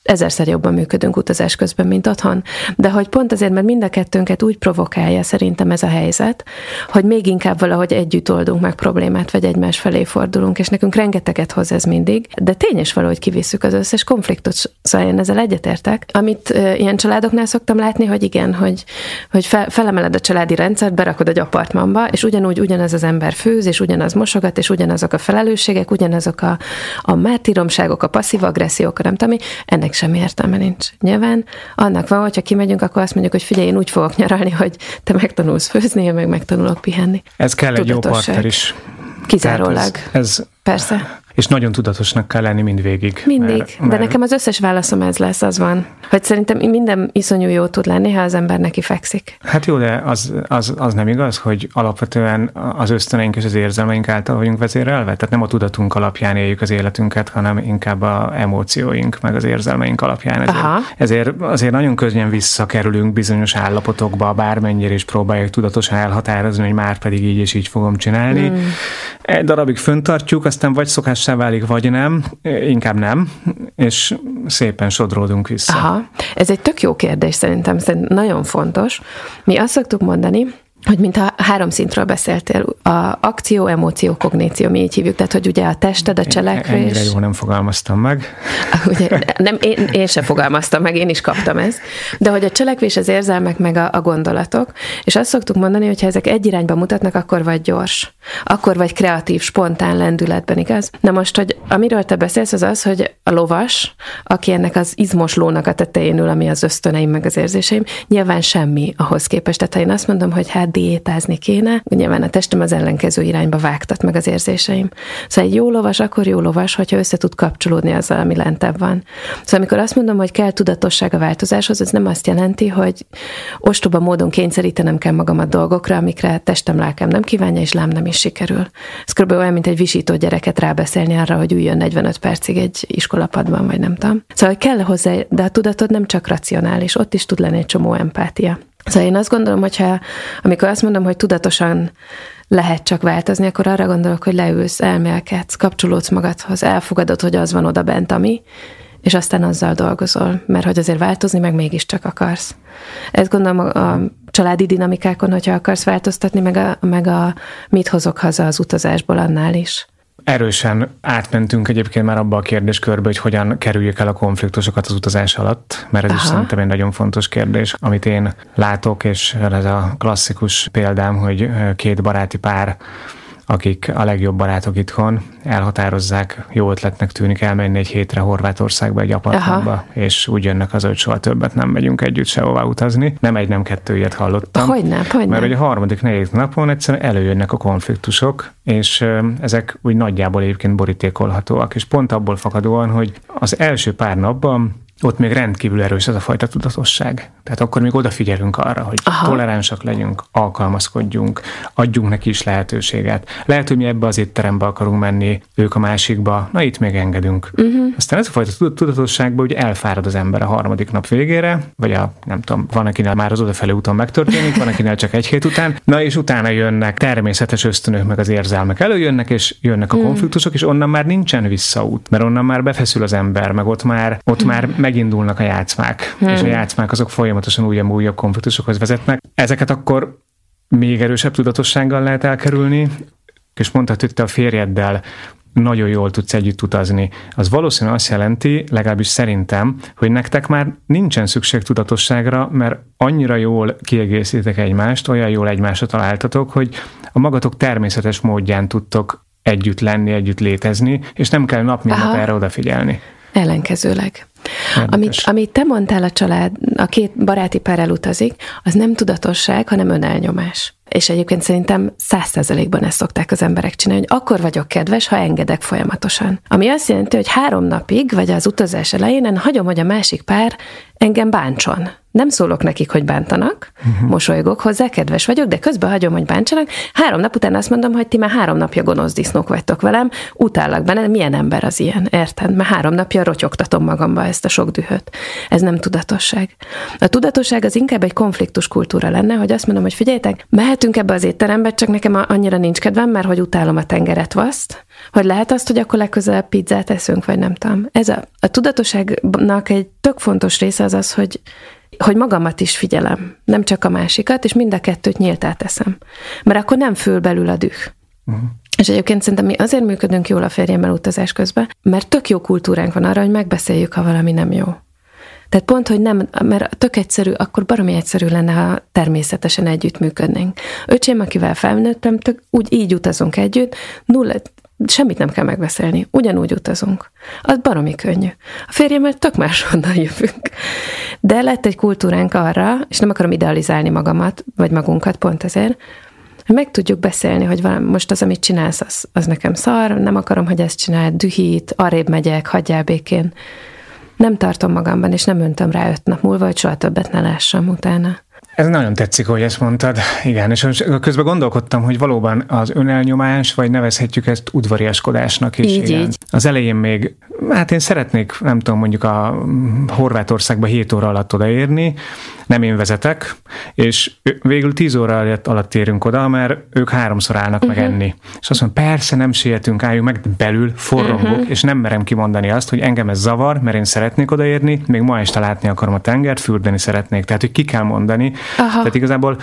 1000-szer jobban működünk utazás közben, mint otthon. De hogy pont azért, mert mind a kettőnket úgy provokálja szerintem ez a helyzet, hogy még inkább valahogy együtt oldunk meg problémát, vagy egymás felé fordulunk, és nekünk rengeteget hoz ez mindig, de tény is valahogy kivisszük az összes konfliktust, szóval én ezzel egyetértek. Amit ilyen családoknál szoktam látni, hogy igen, hogy felemeled a családi rendszert, berakod egy apartmanba, és ugyanaz az ember főz, és ugyanaz mosogat, és ugyanazok a felelősségek, ugyanazok a mártíromságok, a passzív agressziók, nem tudom, ennek semmi értelme nincs. Nyilván annak van, hogyha kimegyünk, akkor azt mondjuk, hogy figyelj, én úgy fogok nyaralni, hogy te megtanulsz főzni, én meg megtanulok pihenni. Ez kell egy jó partner is. Kizárólag. Persze. És nagyon tudatosnak kell lenni mindvégig. Mindig. De nekem az összes válaszom ez lesz, az van. Hogy szerintem minden iszonyú jó tud lenni, ha az ember neki fekszik. Hát jó, de az nem igaz, hogy alapvetően az ösztöneink és az érzelmeink által vagyunk vezérelve? Tehát nem a tudatunk alapján éljük az életünket, hanem inkább az emócióink, meg az érzelmeink alapján. Ezért azért nagyon könnyen visszakerülünk bizonyos állapotokba, bármennyire is próbáljuk tudatosan elhatározni, hogy már pedig így és így fogom csinálni. Egy darabig föntartjuk, aztán vagy szokássá válik, vagy nem, inkább nem, és szépen sodródunk vissza. Aha, ez egy tök jó kérdés szerintem nagyon fontos. Mi azt szoktuk mondani, hogy mintha 3 szintről beszéltél, a akció, emóció, kogníció, mi így hívjuk, tehát hogy ugye a tested, a cselekvés. Ennyire jól nem fogalmaztam meg. Ugye, nem, én sem fogalmaztam meg, én is kaptam ezt, de hogy a cselekvés, az érzelmek, meg a gondolatok, és azt szoktuk mondani, hogy ha ezek egy irányba mutatnak, akkor vagy gyors, akkor vagy kreatív, spontán lendületben, igaz? Na most, hogy amiről te beszélsz, az az, hogy a lovas, aki ennek az izmos lónak a tetején ül, ami az ösztöneim, meg az érzéseim, nyilván semmi ahhoz képest. Tehát ha én azt mondom, hogy hát diétázni kéne, nyilván a testem az ellenkező irányba vágtat meg az érzéseim. Szóval egy jó lovas akkor jó lovas, hogyha össze tud kapcsolódni azzal, ami lentebb van. Szóval amikor azt mondom, hogy kell tudatosság a változáshoz, ez nem azt jelenti, hogy ostoba módon kényszerítenem kell magamat dolgokra, amikre testem, lelkem nem kívánja, és lám nem is sikerül. Ez kb. Olyan, mint egy visító gyereket rábeszélni arra, hogy üljön 45 percig egy iskolapadban, vagy nem tudom. Szóval kell hozzá, de a tudatod nem csak racionális, ott is tud lenni egy csomó empátia. Szóval én azt gondolom, hogyha amikor azt mondom, hogy tudatosan lehet csak változni, akkor arra gondolok, hogy leülsz, elmélkedsz, kapcsolódsz magadhoz, elfogadod, hogy az van oda bent, ami, és aztán azzal dolgozol, mert hogy azért változni meg mégiscsak akarsz. Ezt gondolom a családi dinamikákon, hogyha akarsz változtatni, meg a mit hozok haza az utazásból annál is. Erősen átmentünk egyébként már abba a kérdéskörbe, hogy hogyan kerüljük el a konfliktusokat az utazás alatt, mert ez is szerintem egy nagyon fontos kérdés, amit én látok, és ez a klasszikus példám, hogy 2 baráti pár, akik a legjobb barátok itthon, elhatározzák, jó ötletnek tűnik elmenni egy hétre Horvátországba, egy apartmanba, és úgy jönnek az, hogy soha többet nem megyünk együtt sehová utazni. Nem egy, nem 2 ilyet hallottam. Hogyne. Mert hogy a 3.-4. napon egyszerűen előjönnek a konfliktusok, és ezek úgy nagyjából egyébként borítékolhatóak, és pont abból fakadóan, hogy az első pár napban ott még rendkívül erős ez a fajta tudatosság. Tehát akkor még odafigyelünk arra, hogy toleránsak legyünk, alkalmazkodjunk, adjunk neki is lehetőséget. Lehet, hogy mi ebbe az étterembe akarunk menni, ők a másikba, na itt még engedünk. Aztán ez a fajta tudatosságban ugye elfárad az ember a 3. nap végére, vagy nem tudom, van akinél már az odafelé úton megtörténik, van akinél csak 1 hét után, na és utána jönnek természetes ösztönök, meg az érzelmek előjönnek, és jönnek a konfliktusok, és onnan már nincsen visszaút, mert onnan már befeszül az ember, meg ott már megindulnak a játszmák, és a játszmák azok folyamatosan újabb konfliktusokhoz vezetnek. Ezeket akkor még erősebb tudatossággal lehet elkerülni, és mondtad, hogy te a férjeddel nagyon jól tudsz együtt utazni. Az valószínűleg azt jelenti, legalábbis szerintem, hogy nektek már nincsen szükség tudatosságra, mert annyira jól kiegészítek egymást, olyan jól egymásra találtatok, hogy a magatok természetes módján tudtok együtt lenni, együtt létezni, és nem kell nap mint nap erre odafigyelni. Ellenkezőleg. Amit te mondtál, a 2 baráti pár elutazik, az nem tudatosság, hanem önelnyomás. És egyébként szerintem 100%-ban ezt szokták az emberek csinálni, hogy akkor vagyok kedves, ha engedek folyamatosan. Ami azt jelenti, hogy 3 napig, vagy az utazás elején én hagyom, hogy a másik pár engem bántson. Nem szólok nekik, hogy bántanak, mosolygok hozzá, kedves vagyok, de közben hagyom, hogy bántsanak. 3 nap után azt mondom, hogy ti már 3 napja gonosz disznók vagytok velem, utállak benne, milyen ember az ilyen, érted? Már 3 napja rotyogtatom magamba ezt a sok dühöt. Ez nem tudatosság. A tudatosság az inkább egy konfliktus kultúra lenne, hogy azt mondom, hogy figyeljetek, Mehetünk ebbe az étterembe, csak nekem annyira nincs kedvem, mert hogy utálom a tengeretvaszt, hogy lehet azt, hogy akkor legközelebb pizzát eszünk, vagy nem tudom. Ez a tudatosságnak egy tök fontos része az, hogy magamat is figyelem, nem csak a másikat, és mind a kettőt nyíltá teszem. Mert akkor nem fül belül a düh. És egyébként szerintem mi azért működünk jól a férjemmel utazás közben, mert tök jó kultúránk van arra, hogy megbeszéljük, ha valami nem jó. Tehát pont, hogy nem, mert tök egyszerű, akkor baromi egyszerű lenne, ha természetesen együttműködnénk. Öcsém, akivel felnőttem, így utazunk együtt, semmit nem kell megbeszélni, ugyanúgy utazunk. Az baromi könnyű. A férjemmel tök máshonnan jövünk. De lett egy kultúránk arra, és nem akarom idealizálni magamat, vagy magunkat pont ezért, hogy meg tudjuk beszélni, hogy most az, amit csinálsz, az nekem szar, nem akarom, hogy ezt csináld, dühít, arrébb megyek, hagyjál békén. Nem tartom magamban, és nem öntöm rá 5 nap múlva, hogy soha többet ne lássam utána. Ez nagyon tetszik, hogy ezt mondtad. Igen, és közben gondolkodtam, hogy valóban az önelnyomás, vagy nevezhetjük ezt udvariaskodásnak is. Így. Az elején még, én szeretnék, nem tudom, mondjuk a Horvátországba 7 óra alatt odaérni, nem én vezetek, és végül 10 óra alatt érünk oda, mert ők 3-szor állnak meg enni. És azt mondom, persze nem sietünk, álljunk meg, belül forrongok, és nem merem kimondani azt, hogy engem ez zavar, mert én szeretnék odaérni, még ma este látni akarom a tengert, fürdeni szeretnék. Tehát, hogy ki kell mondani. Aha. Tehát igazából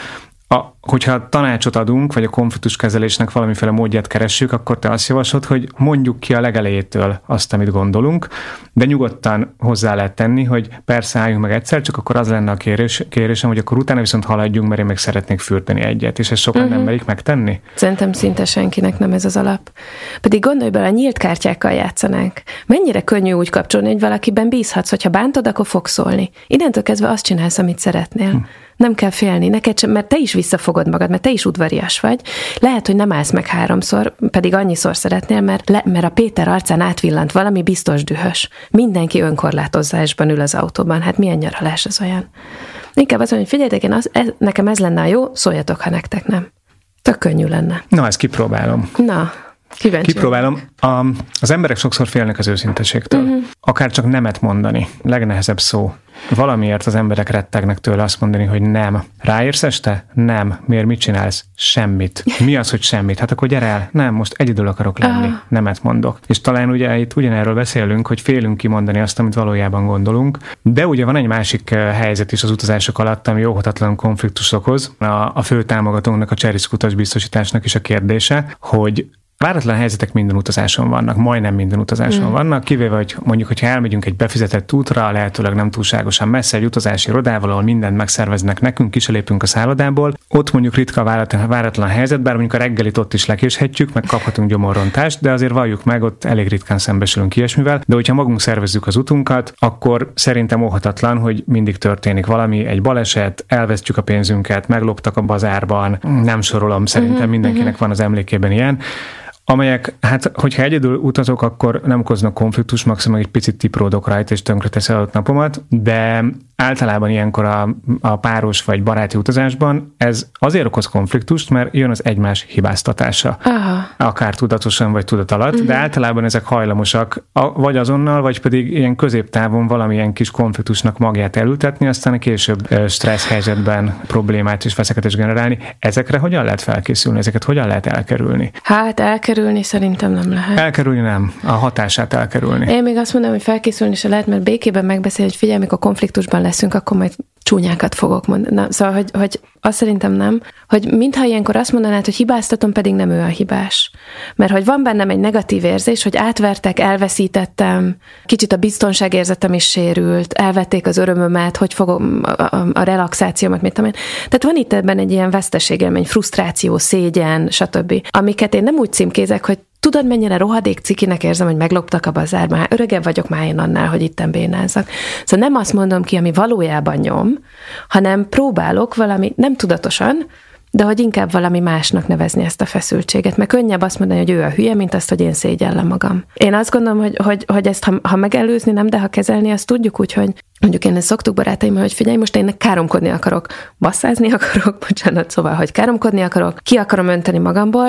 hogyha tanácsot adunk, vagy a konfliktuskezelésnek valamiféle módját keressük, akkor te azt javaslod, hogy mondjuk ki a legelejétől azt, amit gondolunk, de nyugodtan hozzá lehet tenni, hogy persze álljunk meg egyszer, csak akkor az lenne a kérésem, hogy akkor utána viszont haladjunk, mert én meg szeretnék fürdeni egyet, és ezt sokan nem merik megtenni. Szerintem szinte senkinek nem ez az alap. Pedig gondolj bele, a nyílt kártyákkal játszanánk. Mennyire könnyű úgy kapcsolni, hogy valakiben bízhatsz, hogyha bántod, akkor fogsz szólni. Innentől kezdve azt csinálsz, amit szeretnél. Nem kell félni, neked sem, mert te is visszafogod magad, mert te is udvarias vagy. Lehet, hogy nem állsz meg 3-szor, pedig annyiszor szeretnél, mert a Péter arcán átvillant valami biztos dühös. Mindenki önkorlátozásban ül az autóban. Hát milyen nyaralás az olyan? Inkább az, hogy figyeljetek, nekem ez lenne a jó, szóljatok, ha nektek nem. Tök könnyű lenne. Na, ezt kipróbálom. Na, kíváncsi. Kipróbálom. Az emberek sokszor félnek az őszinteségtől. Akár csak nemet mondani. Legnehezebb szó. Valamiért az emberek rettegnek tőle azt mondani, hogy nem. Ráérsz este? Nem. Miért mit csinálsz? Semmit. Mi az, hogy semmit? Hát akkor gyere el. Nem, most egyedül akarok lenni. Nemet mondok. És talán ugye itt ugyanerről beszélünk, hogy félünk kimondani azt, amit valójában gondolunk. De ugye van egy másik helyzet is az utazások alatt, ami óhatatlan konfliktus okoz. A fő támogatónknak, a Cseriszk utasbiztosításnak is a kérdése, hogy váratlan helyzetek minden utazáson vannak, majdnem minden utazáson vannak, kivéve, hogy mondjuk, hogyha elmegyünk egy befizetett útra, lehetőleg nem túlságosan messze, egy utazási irodával, ahol mindent megszerveznek nekünk, kiselépünk a szállodából. Ott mondjuk ritka a váratlan helyzet, bár mondjuk a reggelit ott is lekéshetjük, meg kaphatunk gyomorrontást, de azért valljuk meg, ott elég ritkán szembesülünk ilyesmivel. De hogyha magunk szervezzük az utunkat, akkor szerintem óhatatlan, hogy mindig történik valami, egy baleset, elvesztjük a pénzünket, megloptak a bazárban, nem sorolom, szerintem mindenkinek van az emlékében ilyen, amelyek, hát, hogyha egyedül utazok, akkor nem okoznak konfliktus, maximum egy picit tipródok rajta, és tönkretesz adott napomat, de általában ilyenkor a páros vagy baráti utazásban ez azért okoz konfliktust, mert jön az egymás hibáztatása. Aha. Akár tudatosan, vagy tudat alatt, de általában ezek hajlamosak, vagy azonnal, vagy pedig ilyen középtávon valamilyen kis konfliktusnak magját elültetni, aztán a később stressz helyzetben problémát és feszekedést generálni. Ezekre hogyan lehet felkészülni? Ezeket hogyan lehet elkerülni? Hát elkerülni szerintem nem lehet. Elkerülni nem. A hatását elkerülni. Én még azt mondom, hogy felkészülni se lehet, mert békében megbeszélni, hogy figyelj, amikor konfliktusban leszünk, akkor majd csúnyákat fogok mondani. Na, szóval, hogy azt szerintem nem, hogy mintha ilyenkor azt mondanád, hogy hibáztatom, pedig nem ő a hibás. Mert hogy van bennem egy negatív érzés, hogy átvertek, elveszítettem, kicsit a biztonságérzetem is sérült, elvették az örömömet, hogy fogom a relaxációmat, mit tudom én. Tehát van itt ebben egy ilyen veszteségélmény, frusztráció, szégyen, stb. Amiket én nem úgy címkézek, hogy tudod, mennyire rohadék cikinek érzem, hogy megloptak a bazárba. Hát öregebb vagyok már én annál, hogy itten bénázzak. Szóval nem azt mondom ki, ami valójában nyom, hanem próbálok valami, nem tudatosan, de hogy inkább valami másnak nevezni ezt a feszültséget. Mert könnyebb azt mondani, hogy ő a hülye, mint azt, hogy én szégyellem magam. Én azt gondolom, hogy ezt ha megelőzni nem, de ha kezelni, azt tudjuk úgy, hogy mondjuk én ezt szoktuk barátaimmal, hogy figyelj, most én káromkodni akarok, basszázni akarok, bocsánat, szóval, hogy káromkodni akarok, ki akarom önteni magamból,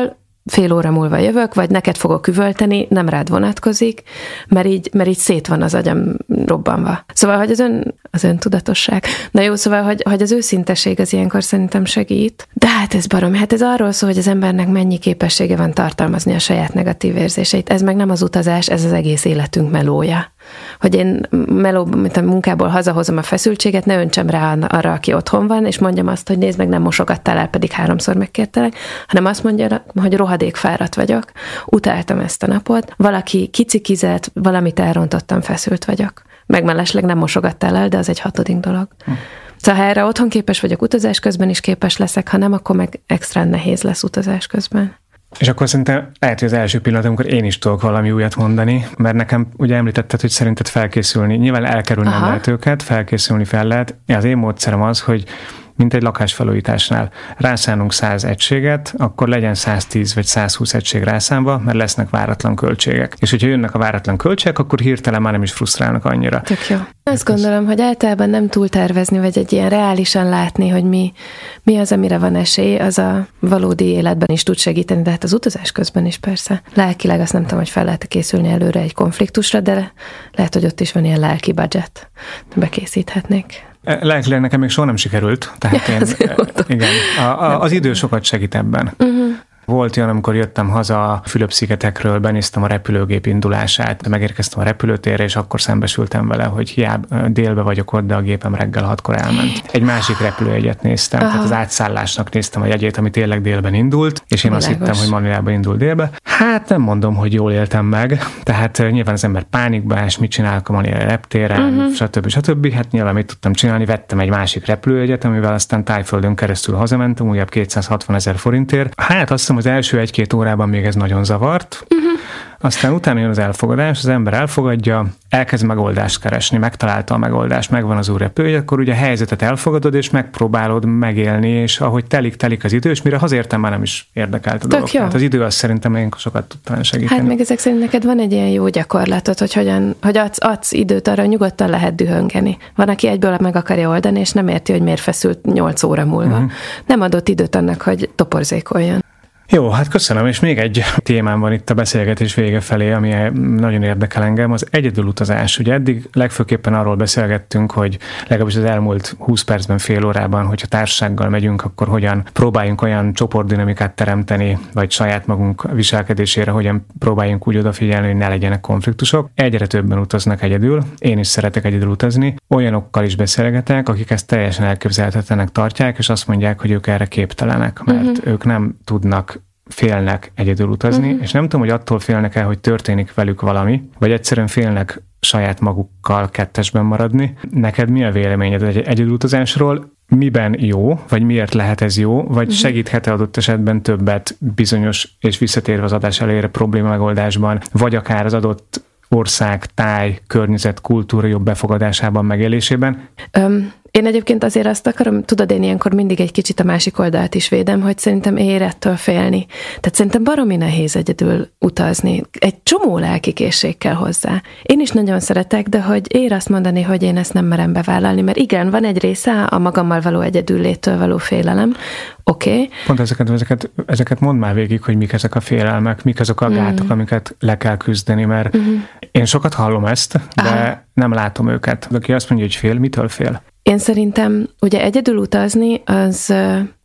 fél óra múlva jövök, vagy neked fogok üvölteni, nem rád vonatkozik, mert így szét van az agyam robbanva. Szóval, hogy az öntudatosság. Na jó, szóval, hogy az őszinteség az ilyenkor szerintem segít. De hát ez barom, hát ez arról szól, hogy az embernek mennyi képessége van tartalmazni a saját negatív érzéseit. Ez meg nem az utazás, ez az egész életünk melója. Hogy én mint a munkából hazahozom a feszültséget, ne öntsem rá arra, aki otthon van, és mondjam azt, hogy nézd meg, nem mosogattál el, pedig 3-szor megkértelek, hanem azt mondja, hogy rohadék fáradt vagyok, utáltam ezt a napot, valaki kicikizett, valamit elrontottam, feszült vagyok. Meg mellesleg nem mosogattál el, de az egy 6. dolog. Szóval ha erre otthon képes vagyok, utazás közben is képes leszek, ha nem, akkor meg extra nehéz lesz utazás közben. És akkor szerintem lehet, hogy az első pillanat, amikor én is tudok valami újat mondani, mert nekem ugye említetted, hogy szerinted felkészülni, nyilván elkerülni nem lehet őket, felkészülni fel lehet. Az én módszerem az, hogy mint egy lakásfelújításnál rászánunk 100 egységet, akkor legyen 110 vagy 120 egység rászánva, mert lesznek váratlan költségek. És hogyha jönnek a váratlan költségek, akkor hirtelen már nem is frusztrálnak annyira. Tök jó. Azt gondolom, hogy általában nem túl tervezni, vagy egy ilyen reálisan látni, hogy mi az, amire van esély, az a valódi életben is tud segíteni, de hát az utazás közben is persze. Lelkileg azt nem tudom, hogy fel lehet készülni előre egy konfliktusra, de lehet, hogy ott is van ilyen lelki budget. Bekészíthetnék. Lelkileg nekem még soha nem sikerült, tehát igen, az idő sokat segít ebben. Volt olyan, amikor jöttem haza a Fülöp-szigetekről, benéztem a repülőgép indulását, megérkeztem a repülőtérre, és akkor szembesültem vele, hogy hiába délbe vagyok ott, de a gépem reggel 6-kor elment. Egy másik repülőjegyet néztem, tehát az átszállásnak néztem a jegyét, ami tényleg délben indult, és én azt hittem, hogy Manilában indul délbe. Hát nem mondom, hogy jól éltem meg, tehát nyilván az ember pánikba ás, mit csinálok a Manilai reptéren, stb. Hát nyilván mit tudtam csinálni, vettem egy másik repülőjegyet, amivel aztán Tájföldön keresztül hazamentem, újabb 260 000 forintért. Hát azt hiszem, az első 1-2 órában még ez nagyon zavart. Aztán utána jön az elfogadás, az ember elfogadja, elkezd megoldást keresni, megtalálta a megoldást, megvan az új repülőjegy, akkor ugye a helyzetet elfogadod, és megpróbálod megélni, és ahogy telik az idő, és mire hazértem, már nem is érdekelt a dolog. Tehát az idő az szerintem én sokat tud talán segíteni. Hát meg ezek szerint neked van egy ilyen jó gyakorlatod, hogy adsz időt arra, nyugodtan lehet dühöngeni. Van, aki egyből meg akarja oldani, és nem érti, hogy miért feszült 8 óra múlva. Nem adott időt annak, hogy toporzékoljon. Jó, hát köszönöm, és még egy témám van itt a beszélgetés vége felé, ami nagyon érdekel engem, az egyedülutazás. Ugye eddig legfőképpen arról beszélgettünk, hogy legalábbis az elmúlt 20 percben, fél órában, hogyha társasággal megyünk, akkor hogyan próbáljunk olyan csoportdinamikát teremteni, vagy saját magunk viselkedésére, hogyan próbáljunk úgy odafigyelni, hogy ne legyenek konfliktusok. Egyre többen utaznak egyedül, én is szeretek egyedül utazni, olyanokkal is beszélgetek, akik ezt teljesen elképzelhetetlenek tartják, és azt mondják, hogy ők erre képtelenek, mert ők nem tudnak, félnek egyedül utazni, és nem tudom, hogy attól félnek el, hogy történik velük valami, vagy egyszerűen félnek saját magukkal kettesben maradni. Neked mi a véleményed egy egyedülutazásról? Miben jó, vagy miért lehet ez jó, vagy segíthet-e adott esetben többet bizonyos, és visszatérve az adás elejére probléma megoldásban, vagy akár az adott ország, táj, környezet, kultúra jobb befogadásában, megélésében? Én egyébként azért azt akarom, tudod, én ilyenkor mindig egy kicsit a másik oldalt is védem, hogy szerintem ér ettől félni. Tehát szerintem baromi nehéz egyedül utazni. Egy csomó lelkikészség kell hozzá. Én is nagyon szeretek, de hogy ér azt mondani, hogy én ezt nem merem bevállalni, mert igen, van egy része a magammal való egyedülléttől való félelem. Oké. Pont ezeket mondd már végig, hogy mik ezek a félelmek, mik azok a gátok, amiket le kell küzdeni, mert én sokat hallom ezt, de nem látom őket. Aki azt mondja, hogy fél, mitől fél? Én szerintem ugye egyedül utazni, az,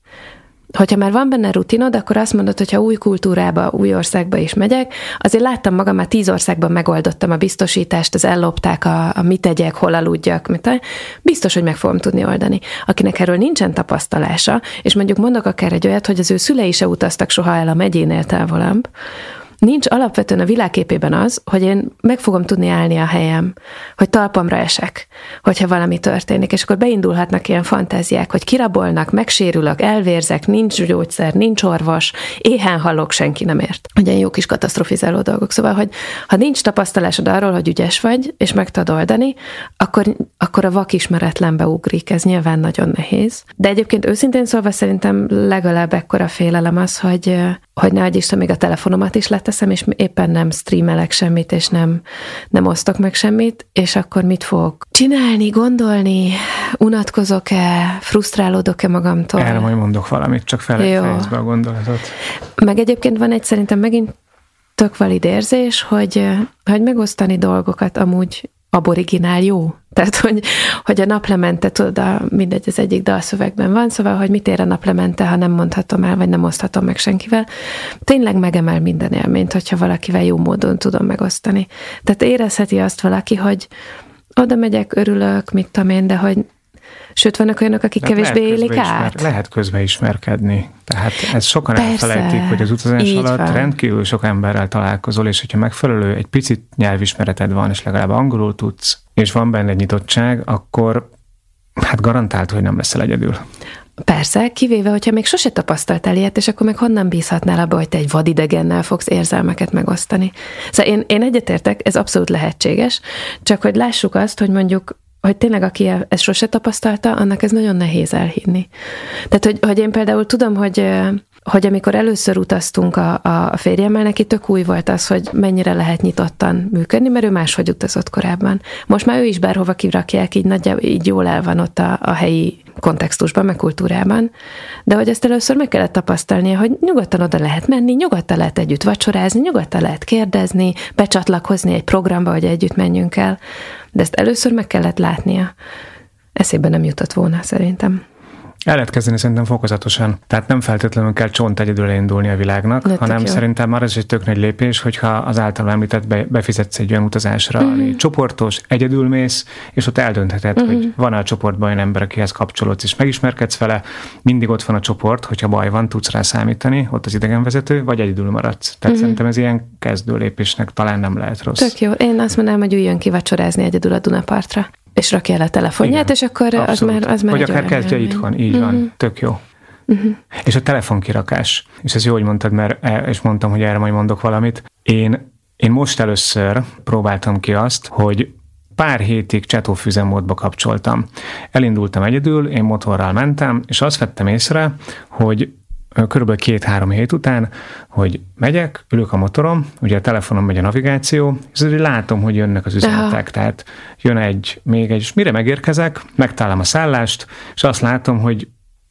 hogyha már van benne rutinod, akkor azt mondod, hogy ha új kultúrába, új országba is megyek, azért láttam magam, már 10 országban megoldottam a biztosítást, az ellopták, a mit tegyek, hol aludjak, biztos, hogy meg fogom tudni oldani. Akinek erről nincsen tapasztalása, és mondjuk mondok akár egy olyat, hogy az ő szülei se utaztak soha el a megyénél távolabb, nincs alapvetően a világképében az, hogy én meg fogom tudni állni a helyem, hogy talpamra esek, hogyha valami történik, és akkor beindulhatnak ilyen fantáziák, hogy kirabolnak, megsérülök, elvérzek, nincs gyógyszer, nincs orvos, éhen halok, senki nem ért. Ugye jó kis katasztrofizáló dolgok. Szóval, hogy ha nincs tapasztalásod arról, hogy ügyes vagy, és meg tudod oldani, akkor a vakismeretlenbe ugrik, ez nyilván nagyon nehéz. De egyébként őszintén szólva szerintem legalább ekkora félelem az, nehogy Isten, még a telefonomat is leteszem, és éppen nem streamelek semmit, és nem osztok meg semmit, és akkor mit fogok csinálni, gondolni, unatkozok-e, frusztrálódok-e magamtól? Erre majd mondok valamit, csak fejezd be a gondolatot. Meg egyébként van egy szerintem megint tök valid érzés, hogy megosztani dolgokat amúgy aboriginál jó. Tehát, hogy a naplemente, tudod, mindegy, az egyik dalszövegben van, szóval, hogy mit ér a naplemente, ha nem mondhatom el, vagy nem oszthatom meg senkivel. Tényleg megemel minden élményt, hogyha valakivel jó módon tudom megosztani. Tehát érezheti azt valaki, hogy oda megyek, örülök, mit tudom én, de hogy sőt, vannak olyanok, akik kevésbé élik át. Lehet közbeismerkedni. Tehát ezt sokan elfelejtik, hogy az utazás alatt rendkívül sok emberrel találkozol, és hogyha megfelelő egy picit nyelvismereted van, és legalább angolul tudsz, és van benne nyitottság, akkor hát garantált, hogy nem leszel egyedül. Persze, kivéve, hogyha még sose tapasztaltál ilyet, és akkor meg honnan bízhatnál abba, hogy te egy vadidegennel fogsz érzelmeket megosztani. Szóval én egyetértek, ez abszolút lehetséges, csak hogy lássuk azt, hogy mondjuk hogy tényleg aki ezt sose tapasztalta, annak ez nagyon nehéz elhinni. Tehát, hogy én például tudom, hogy amikor először utaztunk a férjemmel, neki tök új volt az, hogy mennyire lehet nyitottan működni, mert ő máshogy utazott korábban. Most már ő is bárhova kirakják, így jól el van ott a helyi kontextusban, meg kultúrában, de hogy ezt először meg kellett tapasztalnia, hogy nyugodtan oda lehet menni, nyugodtan lehet együtt vacsorázni, nyugodtan lehet kérdezni, becsatlakozni egy programba, hogy együtt menjünk el, de ezt először meg kellett látnia. Eszébe nem jutott volna, szerintem. El lehet kezdeni szerintem fokozatosan. Tehát nem feltétlenül kell csont egyedül indulni a világnak, hanem szerintem már ez egy tök nagy lépés, hogyha az által említett befizetsz egy olyan utazásra, ami csoportos, egyedül mész, és ott eldöntheted, hogy van-e a csoportban olyan ember, akihez kapcsolódsz, és megismerkedsz vele, mindig ott van a csoport, hogyha baj van, tudsz rá számítani, ott az idegenvezető, vagy egyedül maradsz. Tehát szerintem ez ilyen kezdő lépésnek talán nem lehet rossz. Tök jó. Én azt mondanám, hogy üljön ki vacsorázni egyedül a Dunapartra. És rakja el a telefonját, igen, és akkor az már vagy akár kezdje itthon, így van, tök jó. És a telefonkirakás, és ez jó, hogy mondtad, és mondtam, hogy erre majd mondok valamit. Én most először próbáltam ki azt, hogy pár hétig csetófüzemmódba kapcsoltam. Elindultam egyedül, én motorral mentem, és azt vettem észre, hogy körülbelül 2-3 hét után, hogy megyek, ülök a motorom, ugye a telefonon megy a navigáció, és azért látom, hogy jönnek az üzenetek, tehát jön még egy, és mire megérkezek, megtalálom a szállást, és azt látom, hogy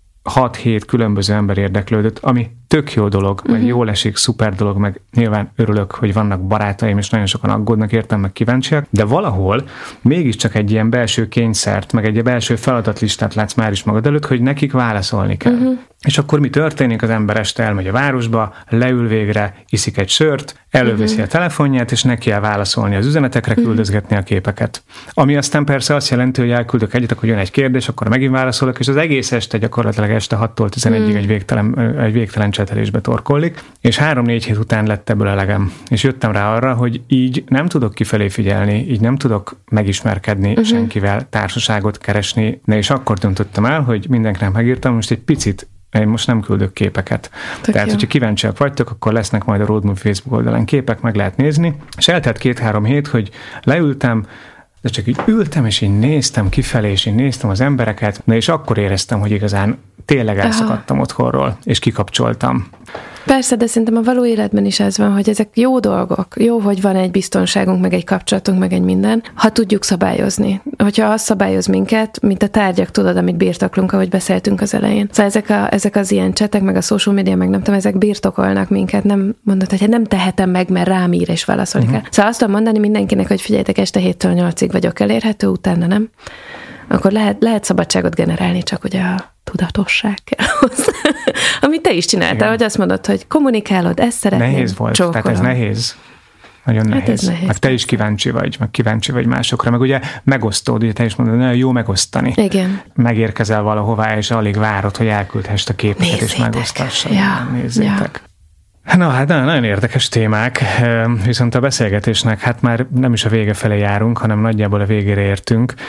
6-7 különböző ember érdeklődött, ami tök jó dolog, meg jól esik, szuper dolog, meg nyilván örülök, hogy vannak barátaim, és nagyon sokan aggódnak értem, meg kíváncsiak, de valahol mégiscsak egy ilyen belső kényszert, meg egy belső feladatlistát látsz már is magad előtt, hogy nekik válaszolni kell. És akkor mi történik? Az ember este elmegy a városba, leül végre, iszik egy sört, előveszi a telefonját, és neki kell válaszolni az üzenetekre, küldözgetni a képeket. Ami aztán persze azt jelenti, hogy elküldök egyet, akkor jön egy kérdés, akkor megint válaszolok, és az egész este gyakorlatilag este 6-tól 11-ig egy végtelen csetelésbe torkollik, és 3-4 hét után lett ebből elegem. És jöttem rá arra, hogy így nem tudok kifelé figyelni, így nem tudok megismerkedni senkivel, társaságot keresni, és akkor döntöttem el, hogy mindenkinek megírtam, most egy picit én most nem küldök képeket. Tehát, hogyha kíváncsiak vagytok, akkor lesznek majd a Road Movie Facebook oldalán képek, meg lehet nézni. És eltelt 2-3 hét, hogy leültem, de csak így ültem, és így néztem kifelé, és így néztem az embereket, de és akkor éreztem, hogy igazán tényleg elszakadtam otthonról, és kikapcsoltam. Persze, de szerintem a való életben is ez van, hogy ezek jó dolgok. Jó, hogy van egy biztonságunk, meg egy kapcsolatunk, meg egy minden, ha tudjuk szabályozni. Hogyha az szabályoz minket, mint a tárgyak, tudod, amit birtoklunk, ahogy beszéltünk az elején. Szóval ezek az ilyen csetek, meg a social media, meg nem tudom, ezek birtokolnak minket. Nem mondod, hogy nem tehetem meg, mert rám ír és válaszolni kell. Szóval azt tudom mondani mindenkinek, hogy figyeljetek, este 7-től 8-ig vagyok elérhető, utána nem. Akkor lehet szabadságot generálni, csak ugye a tudatosság kell hozzá. Amit te is csináltál, hogy azt mondod, hogy kommunikálod, ezt szeretném. Nehéz volt, csókolom. Tehát ez nehéz. Nagyon nehéz. Ez nehéz. Meg te is kíváncsi vagy másokra, meg ugye megosztód, ugye te is mondod, nagyon jó megosztani. Igen. Megérkezel valahová, és alig várod, hogy elküldhessd a képeket, és megosztassad. Nézzétek. Na hát nagyon érdekes témák, viszont a beszélgetésnek hát már nem is a vége felé járunk, hanem nagyjából a végére értünk.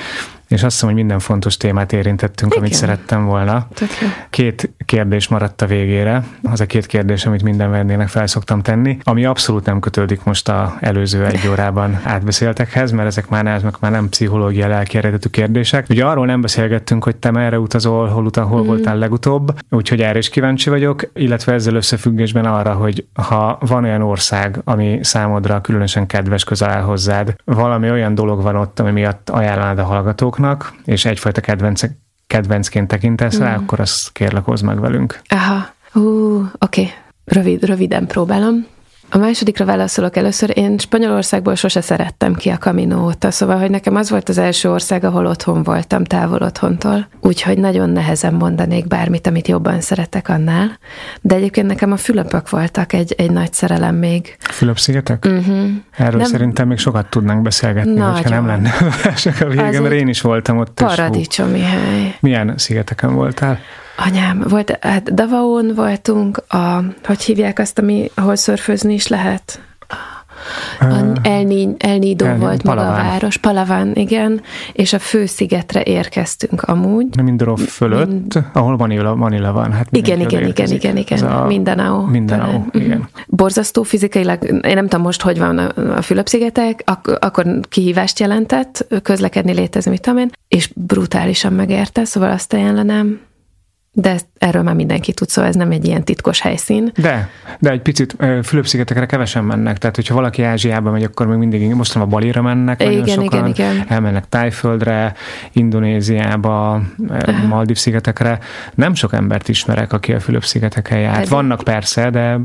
és azt hiszem, hogy minden fontos témát érintettünk, amit szerettem volna. Tökre. 2 kérdés maradt a végére. Az a 2 kérdés, amit minden vendégnek fel szoktam tenni, ami abszolút nem kötődik most az előző 1 órában átbeszéltekhez, mert ezek már nem pszichológia, lelki eredetű kérdések. Ugye arról nem beszélgettünk, hogy te merre utazol, hol voltál legutóbb, úgyhogy erre is kíváncsi vagyok, illetve ezzel összefüggésben arra, hogy ha van olyan ország, ami számodra különösen kedves, közel áll hozzád, valami olyan dolog van ott, ami miatt ajánlanád a hallgatóknak, és egyfajta kedvencként tekintesz rá, akkor azt kérlek, hozd meg velünk. Aha. Oké. Röviden próbálom. A másodikra válaszolok először. Én Spanyolországból sose szerettem ki a Camino óta, szóval, hogy nekem az volt az első ország, ahol otthon voltam, távol otthontól. Úgyhogy nagyon nehezen mondanék bármit, amit jobban szeretek annál. De egyébként nekem a Fülöpök voltak egy nagy szerelem még. Fülöp-szigetek? Erről szerintem még sokat tudnánk beszélgetni, hogyha nem lenne csak a vége, mert én is voltam ott. Paradicsomi hely. Milyen szigeteken voltál? Anyám, Davaón voltunk, hogy hívják azt, ahol szörfőzni is lehet? El Nido volt maga a város. Palaván, igen. És a főszigetre érkeztünk amúgy. Mindoró fölött, ahol Manila van. Hát igen. Mindanao, igen. Borzasztó fizikailag, én nem tudom most, hogy van a Fülöp-szigetek, akkor kihívást jelentett, közlekedni, létezni, mit tudom én, és brutálisan megérte, szóval azt ajánlanám. De erről már mindenki tud, szóval ez nem egy ilyen titkos helyszín. De egy picit Fülöp-szigetekre kevesen mennek, tehát hogyha valaki Ázsiába megy, akkor még mindig mostanában a Balira mennek, igen. Elmennek Tájföldre, Indonéziába, Maldív-szigetekre. Nem sok embert ismerek, aki a Fülöp-szigeteken járt. Vannak persze, de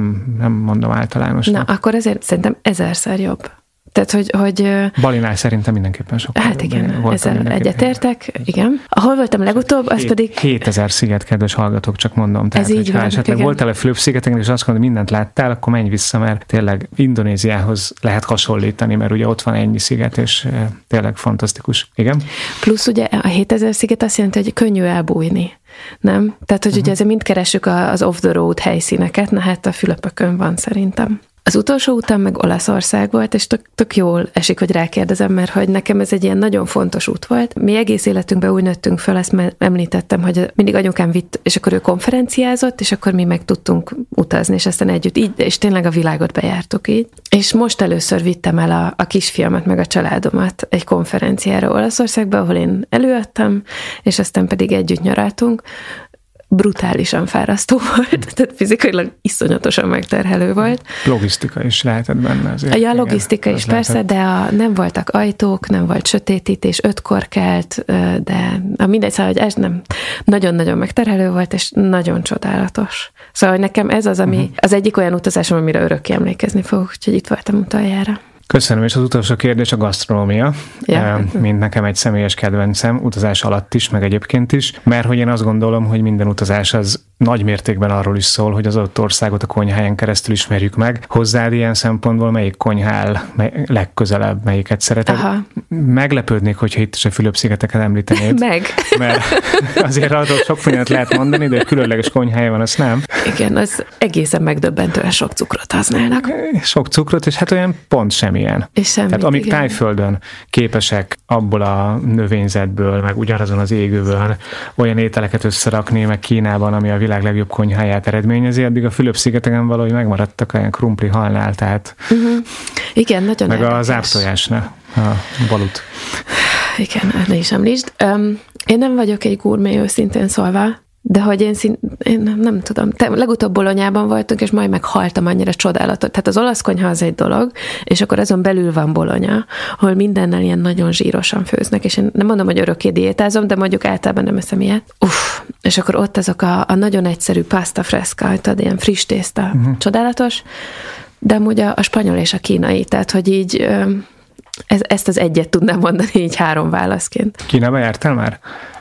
nem mondom általánosan. Na, akkor ezért szerintem 1000-szer jobb. Tehát, hogy Balinál szerintem mindenképpen sokkal. Hát igen, ezzel egyetértek, igen. Ahol voltam legutóbb, az pedig... 7000 sziget, kedves hallgatók, csak mondom. Tehát, ez így van, esetleg voltál a Fülöp-szigeteken, és azt mondod, hogy mindent láttál, akkor menj vissza, mert tényleg Indonéziához lehet hasonlítani, mert ugye ott van ennyi sziget, és tényleg fantasztikus. Igen? Plusz ugye a 7000 sziget azt jelenti, hogy könnyű elbújni. Nem? Tehát, hogy ugye ezzel mind keressük az off-the-road helyszíneket, na hát a Fülöpökön van szerintem. Az utolsó utam meg Olaszország volt, és tök jól esik, hogy rákérdezem, mert hogy nekem ez egy ilyen nagyon fontos út volt. Mi egész életünkben úgy nőttünk föl, ezt említettem, hogy mindig anyukám vitt, és akkor ő konferenciázott, és akkor mi meg tudtunk utazni, és aztán együtt így, és tényleg a világot bejártuk így. És most először vittem el a kisfiamat, meg a családomat egy konferenciára Olaszországba, ahol én előadtam, és aztán pedig együtt nyaraltunk. Brutálisan fárasztó volt, tehát fizikailag iszonyatosan megterhelő volt. Logisztika is lehetett benne azért. Ja, logisztika is persze, de nem voltak ajtók, nem volt sötétítés, 5-kor kelt, de mindegy, szóval, hogy ez nem nagyon-nagyon megterhelő volt, és nagyon csodálatos. Szóval nekem ez az, ami az egyik olyan utazásom, amire örökké emlékezni fogok, úgyhogy itt voltam utoljára. Köszönöm, és az utolsó kérdés a gasztronómia, mint nekem egy személyes kedvencem, utazás alatt is, meg egyébként is, mert hogy én azt gondolom, hogy minden utazás az nagy mértékben arról is szól, hogy az adott országot a konyháján keresztül ismerjük meg. Hozzád ilyen szempontból melyik konyhál legközelebb, melyiket szereted? Aha. Meglepődnék, hogyha itt is a Fülöp-szigeteket említenéd. Meg. Mert azért arról sok mindent lehet mondani, de különleges konyhája van, azt nem. Igen, az egészen megdöbbentően sok cukrot használnak. Sok cukrot, és hát olyan pont semmilyen. És semmit, tehát amíg Tájföldön képesek abból a növényzetből, meg ugyanazon az égőből olyan ételeket összerakni, meg Kínában, ami a világ legjobb konyháját eredményezi, addig a Fülöp-szigeteken valahogy megmaradtak olyan krumpli halnál, tehát igen, nagyon meg érdekes. A záptojásnál, a balut. Igen, ne is említsd. Én nem vagyok egy gurmé, őszintén szólva, de hogy én nem tudom. Legutóbb Bolonyában voltunk, és majd meghaltam, annyira csodálatos. Tehát az olasz konyha az egy dolog, és akkor azon belül van Bologna, ahol mindennel ilyen nagyon zsírosan főznek, és én nem mondom, hogy örökké diétázom, de mondjuk általában nem eszem ilyet. És akkor ott azok a nagyon egyszerű pasta fresca, tehát ilyen friss tészta, csodálatos, de amúgy a spanyol és a kínai, tehát hogy így ezt az egyet tudnám mondani így 3 válaszként. Kínába jártál már?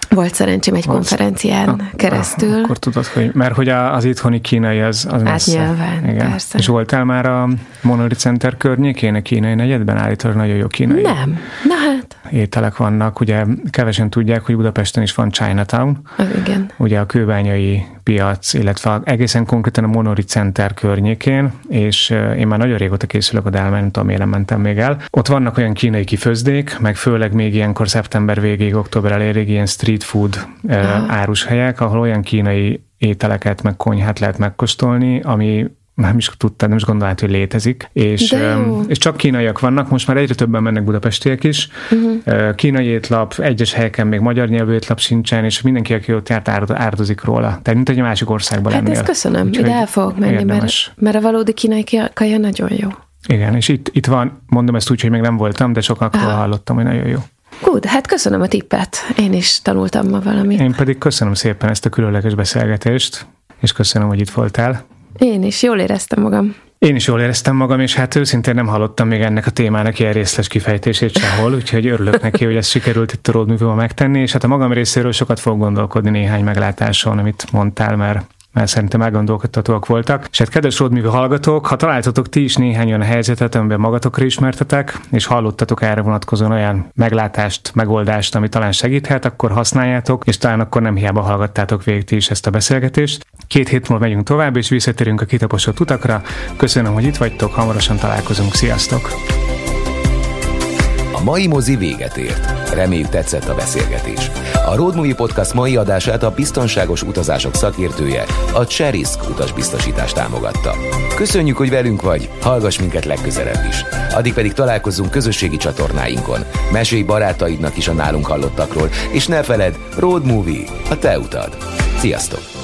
volt szerencsém egy konferencián keresztül. Akkor tudod, hogy mert hogy az itthoni kínai az messze. Nyilván, igen. persze. És voltál már a Monolith Center környékén, a kínai negyedben? Állítólag nagyon jó kínai Nem. Na hát. ételek vannak. Ugye kevesen tudják, hogy Budapesten is van Chinatown. Igen. Ugye a kőbányai piac, illetve egészen konkrétan a Monolith Center környékén, és én már nagyon régóta készülök oda elmenni, nem tudom, miért nem mentem még el. Ott vannak olyan kínai kifőzdék, meg főleg még ilyenkor szeptember végéig, október elérig ilyen street food árushelyek, ahol olyan kínai ételeket, meg konyhát lehet megkóstolni, ami nem is tudtad, nem is gondolt, hogy létezik. És csak kínaiak vannak, most már egyre többen mennek budapestiek is. Kínai étlap, egyes helyeken még magyar nyelvű étlap sincsen, és mindenki, aki ott járt, árdozik róla. Tehát mint egy másik országban lennél. Hát ezt köszönöm, ide el fogok menni, mert a valódi kínai kaja nagyon jó. Igen, és itt van, mondom ezt úgy, hogy még nem voltam, de sokakról hallottam, hogy nagyon jó. Good, hát köszönöm a tippet. Én is tanultam ma valamit. Én pedig köszönöm szépen ezt a különleges beszélgetést, és köszönöm, hogy itt voltál. Én is jól éreztem magam. Én is jól éreztem magam, és hát őszintén nem hallottam még ennek a témának ilyen részletes kifejtését sehol, úgyhogy örülök neki, hogy ezt sikerült itt a Road Movie-ban megtenni, és hát a magam részéről sokat fog gondolkodni néhány meglátáson, amit mondtál, mert szerintem elgondolkodtatóak voltak. És hát kedves Road Movie hallgatók, ha találtatok ti is néhány olyan helyzetet, amiben magatokra ismertetek, és hallottatok erre vonatkozóan olyan meglátást, megoldást, ami talán segíthet, akkor használjátok, és talán akkor nem hiába hallgattátok végig ti is ezt a beszélgetést. 2 hét múlva megyünk tovább, és visszatérünk a kitaposott utakra. Köszönöm, hogy itt vagytok, hamarosan találkozunk. Sziasztok! A mai mozi véget ért. Reméljük tetszett a beszélgetés. A Road Movie Podcast mai adását a biztonságos utazások szakértője, a Cserisk utasbiztosítás támogatta. Köszönjük, hogy velünk vagy, hallgass minket legközelebb is. Addig pedig találkozzunk közösségi csatornáinkon. Mesélj barátaidnak is a nálunk hallottakról, és ne feledd, Road Movie, a te utad. Sziasztok!